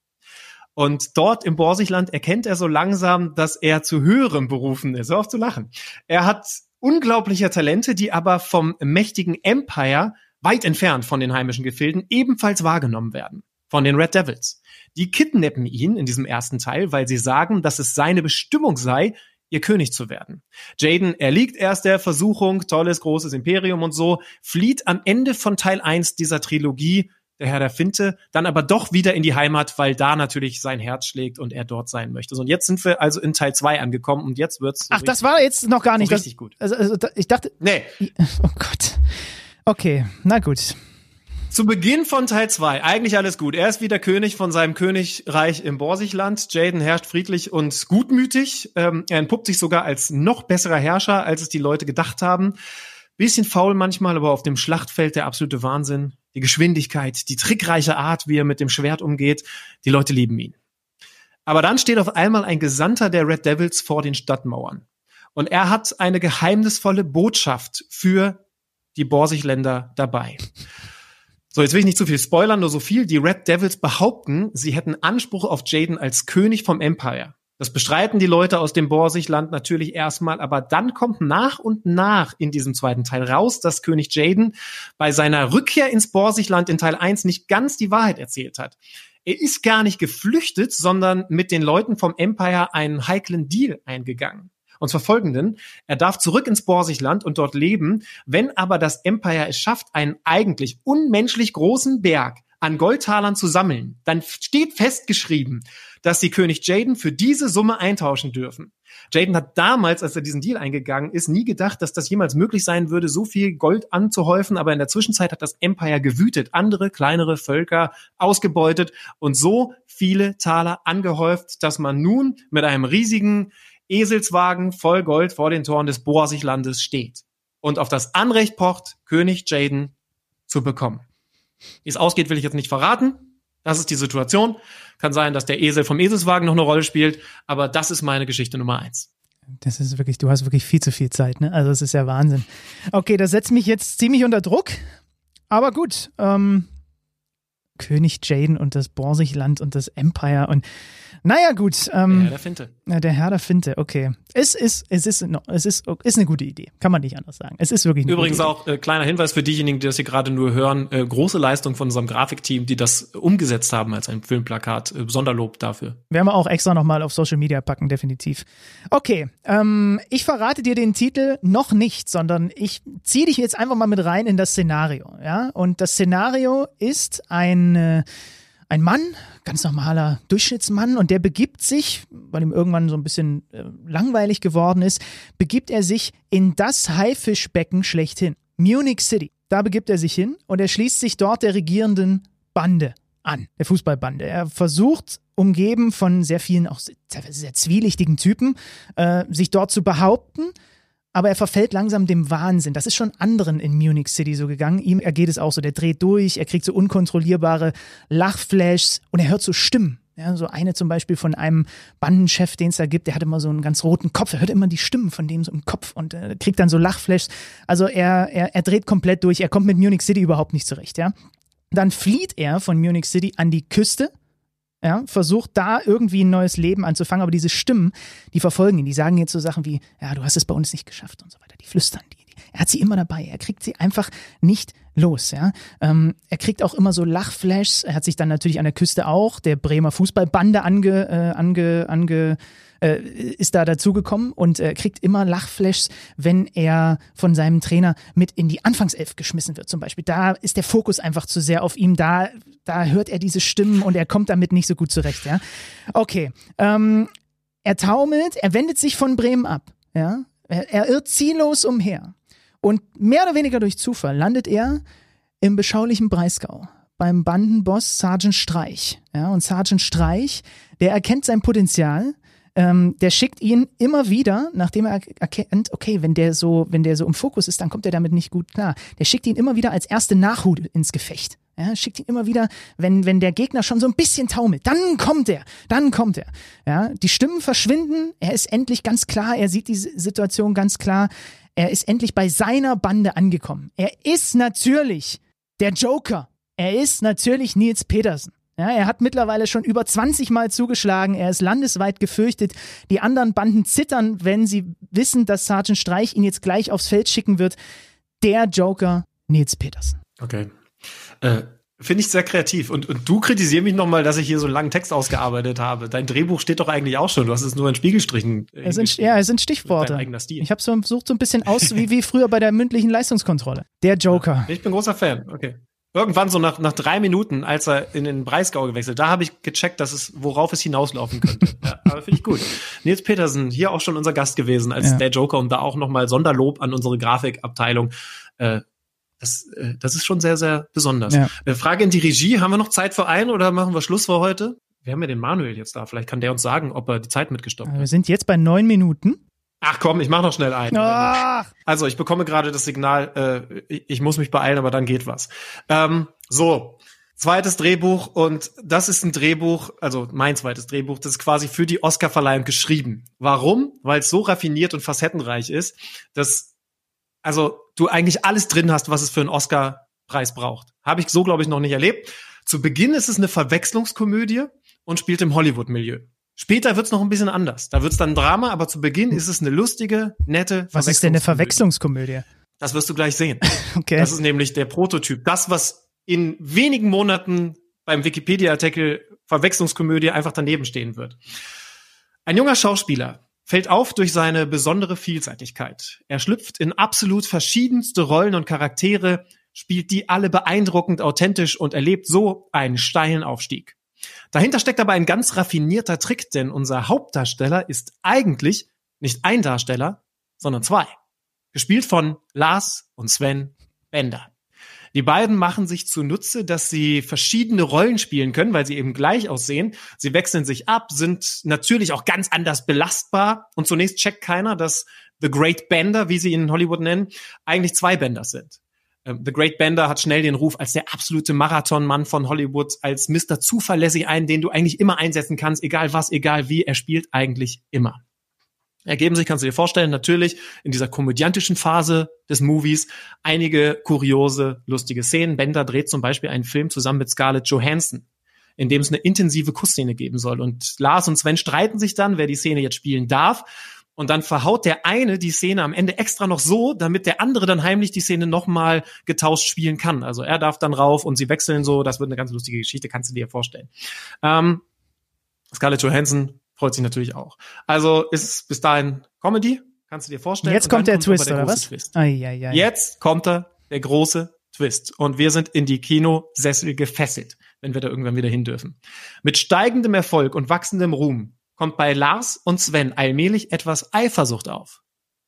Und dort im Borsigland erkennt er so langsam, dass er zu höherem berufen ist. Hör auf zu lachen. Er hat unglaubliche Talente, die aber vom mächtigen Empire, weit entfernt von den heimischen Gefilden, ebenfalls wahrgenommen werden. Von den Red Devils. Die kidnappen ihn in diesem ersten Teil, weil sie sagen, dass es seine Bestimmung sei, ihr König zu werden. Jadon erliegt erst der Versuchung, tolles, großes Imperium und so, flieht am Ende von Teil 1 dieser Trilogie der Herr der Finte, dann aber doch wieder in die Heimat, weil da natürlich sein Herz schlägt und er dort sein möchte. So, und jetzt sind wir also in Teil 2 angekommen und jetzt wird's. Ach, das war jetzt noch gar nicht. Richtig gut. Also, ich dachte. Nee. Oh Gott. Okay, na gut. Zu Beginn von Teil 2, eigentlich alles gut. Er ist wieder König von seinem Königreich im Borsigland. Jaden herrscht friedlich und gutmütig. Er entpuppt sich sogar als noch besserer Herrscher, als es die Leute gedacht haben. Bisschen faul manchmal, aber auf dem Schlachtfeld der absolute Wahnsinn. Die Geschwindigkeit, die trickreiche Art, wie er mit dem Schwert umgeht. Die Leute lieben ihn. Aber dann steht auf einmal ein Gesandter der Red Devils vor den Stadtmauern. Und er hat eine geheimnisvolle Botschaft für die Borsigländer dabei. So, jetzt will ich nicht zu viel spoilern, nur so viel. Die Red Devils behaupten, sie hätten Anspruch auf Jaden als König vom Empire. Das bestreiten die Leute aus dem Borsigland natürlich erstmal, aber dann kommt nach und nach in diesem zweiten Teil raus, dass König Jaden bei seiner Rückkehr ins Borsigland in Teil 1 nicht ganz die Wahrheit erzählt hat. Er ist gar nicht geflüchtet, sondern mit den Leuten vom Empire einen heiklen Deal eingegangen. Und zwar folgenden: Er darf zurück ins Borsigland und dort leben, wenn aber das Empire es schafft, einen eigentlich unmenschlich großen Berg an Goldtalern zu sammeln, dann steht festgeschrieben, dass sie König Jaden für diese Summe eintauschen dürfen. Jaden hat damals, als er diesen Deal eingegangen ist, nie gedacht, dass das jemals möglich sein würde, so viel Gold anzuhäufen, aber in der Zwischenzeit hat das Empire gewütet, andere kleinere Völker ausgebeutet und so viele Taler angehäuft, dass man nun mit einem riesigen Eselswagen voll Gold vor den Toren des Borsiglandes steht und auf das Anrecht pocht, König Jaden zu bekommen. Wie es ausgeht, will ich jetzt nicht verraten. Das ist die Situation. Kann sein, dass der Esel vom Eselswagen noch eine Rolle spielt, aber das ist meine Geschichte Nummer 1. Das ist wirklich, du hast wirklich viel zu viel Zeit, ne? Also es ist ja Wahnsinn. Okay, das setzt mich jetzt ziemlich unter Druck, aber gut. König Jaden und das Borsigland und das Empire und naja, gut. Der Herr der Finte. Der Herr der Finte, okay. Es ist eine gute Idee. Kann man nicht anders sagen. Es ist wirklich eine Übrigens gute Idee. auch kleiner Hinweis für diejenigen, die das hier gerade nur hören. Große Leistung von unserem Grafikteam, die das umgesetzt haben als ein Filmplakat. Sonderlob dafür. Werden wir auch extra nochmal auf Social Media packen, definitiv. Okay, ich verrate dir den Titel noch nicht, sondern ich ziehe dich jetzt einfach mal mit rein in das Szenario. Ja? Und das Szenario ist ein Mann, ganz normaler Durchschnittsmann, und der begibt sich, weil ihm irgendwann so ein bisschen langweilig geworden ist, begibt er sich in das Haifischbecken schlechthin. Munich City. Da begibt er sich hin und er schließt sich dort der regierenden Bande an, der Fußballbande. Er versucht, umgeben von sehr vielen, auch sehr zwielichtigen Typen, sich dort zu behaupten. Aber er verfällt langsam dem Wahnsinn. Das ist schon anderen in Munich City so gegangen. Ihm ergeht es auch so. Der dreht durch, er kriegt so unkontrollierbare Lachflashs und er hört so Stimmen. Ja, so eine zum Beispiel von einem Bandenchef, den es da gibt, der hat immer so einen ganz roten Kopf. Er hört immer die Stimmen von dem so im Kopf und kriegt dann so Lachflashs. Also er dreht komplett durch. Er kommt mit Munich City überhaupt nicht zurecht. Ja? Dann flieht er von Munich City an die Küste. Ja, versucht da irgendwie ein neues Leben anzufangen, aber diese Stimmen, die verfolgen ihn, die sagen jetzt so Sachen wie, ja, du hast es bei uns nicht geschafft und so weiter, die flüstern er hat sie immer dabei, er kriegt sie einfach nicht los, ja. Er kriegt auch immer so Lachflashs, er hat sich dann natürlich an der Küste auch der Bremer Fußballbande ist da dazugekommen und kriegt immer Lachflashs, wenn er von seinem Trainer mit in die Anfangself geschmissen wird zum Beispiel. Da ist der Fokus einfach zu sehr auf ihm, da hört er diese Stimmen und er kommt damit nicht so gut zurecht. Ja? Okay, er taumelt, er wendet sich von Bremen ab. Ja? Er irrt ziellos umher und mehr oder weniger durch Zufall landet er im beschaulichen Breisgau beim Bandenboss Sergeant Streich. Ja? Und Sergeant Streich, der erkennt sein Potenzial. Der schickt ihn immer wieder, nachdem er erkennt, okay, wenn der so im Fokus ist, dann kommt er damit nicht gut klar. Der schickt ihn immer wieder als erste Nachhut ins Gefecht. Ja, schickt ihn immer wieder, wenn der Gegner schon so ein bisschen taumelt, dann kommt er. Ja, die Stimmen verschwinden, er ist endlich ganz klar, er sieht die Situation ganz klar, er ist endlich bei seiner Bande angekommen. Er ist natürlich der Joker. Er ist natürlich Nils Petersen. Ja, er hat mittlerweile schon über 20 Mal zugeschlagen, er ist landesweit gefürchtet. Die anderen Banden zittern, wenn sie wissen, dass Sergeant Streich ihn jetzt gleich aufs Feld schicken wird. Der Joker Nils Petersen. Okay. Finde ich sehr kreativ. Und du kritisierst mich nochmal, dass ich hier so einen langen Text ausgearbeitet habe. Dein Drehbuch steht doch eigentlich auch schon. Du hast es nur in Spiegelstrichen. Es sind Stichworte. Dein eigener Stil. Ich habe versucht, so ein bisschen aus wie früher bei der mündlichen Leistungskontrolle. Der Joker. Ich bin großer Fan. Okay. irgendwann so nach 3 Minuten, als er in den Breisgau gewechselt, da habe ich gecheckt, worauf es hinauslaufen könnte. Ja, aber finde ich gut. Nils Petersen, hier auch schon unser Gast gewesen als der Joker und da auch nochmal Sonderlob an unsere Grafikabteilung. Das ist schon sehr, sehr besonders. Ja. Frage in die Regie, haben wir noch Zeit für einen oder machen wir Schluss für heute? Wir haben ja den Manuel jetzt da, vielleicht kann der uns sagen, ob er die Zeit mitgestoppt hat. Wir sind jetzt bei 9 Minuten. Ach komm, ich mach noch schnell einen. Ach. Also ich bekomme gerade das Signal, ich muss mich beeilen, aber dann geht was. Zweites Drehbuch und das ist ein Drehbuch, also mein zweites Drehbuch, das ist quasi für die Oscarverleihung geschrieben. Warum? Weil es so raffiniert und facettenreich ist, dass du eigentlich alles drin hast, was es für einen Oscar-Preis braucht. Habe ich so, glaube ich, noch nicht erlebt. Zu Beginn ist es eine Verwechslungskomödie und spielt im Hollywood-Milieu. Später wird's noch ein bisschen anders. Da wird's dann ein Drama, aber zu Beginn ist es eine lustige, nette Verwechslungskomödie. Was ist denn eine Verwechslungskomödie? Das wirst du gleich sehen. Okay. Das ist nämlich der Prototyp. Das, was in wenigen Monaten beim Wikipedia-Artikel Verwechslungskomödie einfach daneben stehen wird. Ein junger Schauspieler fällt auf durch seine besondere Vielseitigkeit. Er schlüpft in absolut verschiedenste Rollen und Charaktere, spielt die alle beeindruckend authentisch und erlebt so einen steilen Aufstieg. Dahinter steckt aber ein ganz raffinierter Trick, denn unser Hauptdarsteller ist eigentlich nicht ein Darsteller, sondern 2. Gespielt von Lars und Sven Bender. Die beiden machen sich zunutze, dass sie verschiedene Rollen spielen können, weil sie eben gleich aussehen. Sie wechseln sich ab, sind natürlich auch ganz anders belastbar. Und zunächst checkt keiner, dass The Great Bender, wie sie ihn in Hollywood nennen, eigentlich 2 Bender sind. The Great Bender hat schnell den Ruf als der absolute Marathonmann von Hollywood, als Mr. Zuverlässig einen, den du eigentlich immer einsetzen kannst, egal was, egal wie, er spielt eigentlich immer. Ergeben sich, kannst du dir vorstellen, natürlich in dieser komödiantischen Phase des Movies einige kuriose, lustige Szenen. Bender dreht zum Beispiel einen Film zusammen mit Scarlett Johansson, in dem es eine intensive Kussszene geben soll. Und Lars und Sven streiten sich dann, wer die Szene jetzt spielen darf. Und dann verhaut der eine die Szene am Ende extra noch so, damit der andere dann heimlich die Szene nochmal getauscht spielen kann. Also er darf dann rauf und sie wechseln so. Das wird eine ganz lustige Geschichte, kannst du dir vorstellen. Scarlett Johansson freut sich natürlich auch. Also ist es bis dahin Comedy, kannst du dir vorstellen. Jetzt kommt der Twist, oder was? Jetzt kommt der große Twist. Und wir sind in die Kinosessel gefesselt, wenn wir da irgendwann wieder hin dürfen. Mit steigendem Erfolg und wachsendem Ruhm kommt bei Lars und Sven allmählich etwas Eifersucht auf.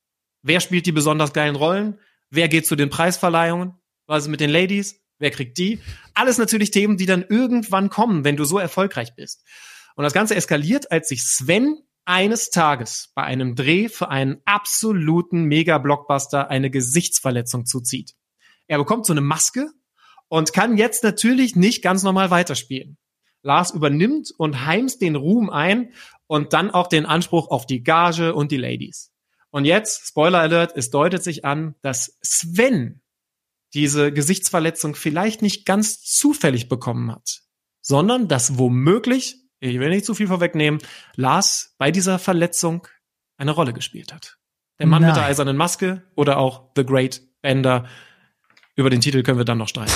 Wer spielt die besonders geilen Rollen? Wer geht zu den Preisverleihungen? Was ist mit den Ladies? Wer kriegt die? Alles natürlich Themen, die dann irgendwann kommen, wenn du so erfolgreich bist. Und das Ganze eskaliert, als sich Sven eines Tages bei einem Dreh für einen absoluten Mega-Blockbuster eine Gesichtsverletzung zuzieht. Er bekommt so eine Maske und kann jetzt natürlich nicht ganz normal weiterspielen. Lars übernimmt und heimst den Ruhm ein und dann auch den Anspruch auf die Gage und die Ladies. Und jetzt, Spoiler Alert, es deutet sich an, dass Sven diese Gesichtsverletzung vielleicht nicht ganz zufällig bekommen hat, sondern dass womöglich, ich will nicht zu viel vorwegnehmen, Lars bei dieser Verletzung eine Rolle gespielt hat. Der Mann mit der eisernen Maske oder auch The Great Bender. Über den Titel können wir dann noch streiten.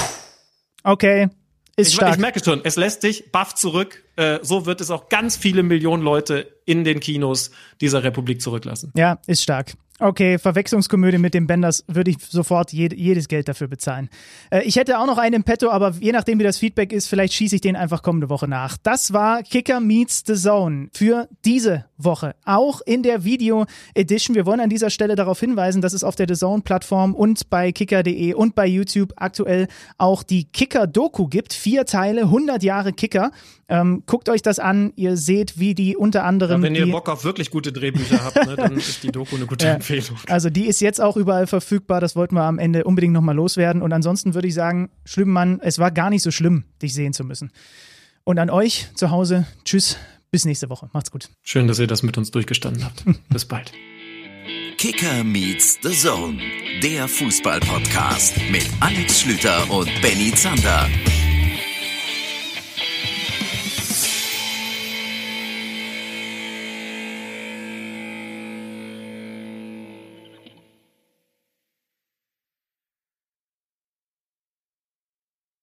Okay, ist stark. Ich merke schon, es lässt dich baff zurück. So wird es auch ganz viele Millionen Leute in den Kinos dieser Republik zurücklassen. Ja, ist stark. Okay, Verwechslungskomödie mit den Benders würde ich sofort jedes Geld dafür bezahlen. Ich hätte auch noch einen im Petto, aber je nachdem, wie das Feedback ist, vielleicht schieße ich den einfach kommende Woche nach. Das war Kicker meets the Zone für diese Woche. Auch in der Video-Edition. Wir wollen an dieser Stelle darauf hinweisen, dass es auf der The Zone-Plattform und bei kicker.de und bei YouTube aktuell auch die Kicker-Doku gibt. 4 Teile, 100 Jahre Kicker. Guckt euch das an. Ihr seht, wie die unter anderem... Ja, wenn ihr Bock auf wirklich gute Drehbücher habt, ne, dann ist die Doku eine gute Empfehlung. Also die ist jetzt auch überall verfügbar. Das wollten wir am Ende unbedingt nochmal loswerden. Und ansonsten würde ich sagen, Schlübbenmann, es war gar nicht so schlimm, dich sehen zu müssen. Und an euch zu Hause, tschüss, bis nächste Woche. Macht's gut. Schön, dass ihr das mit uns durchgestanden habt. Bis bald. Kicker meets the Zone, der Fußball-Podcast mit Alex Schlüter und Benny Zander.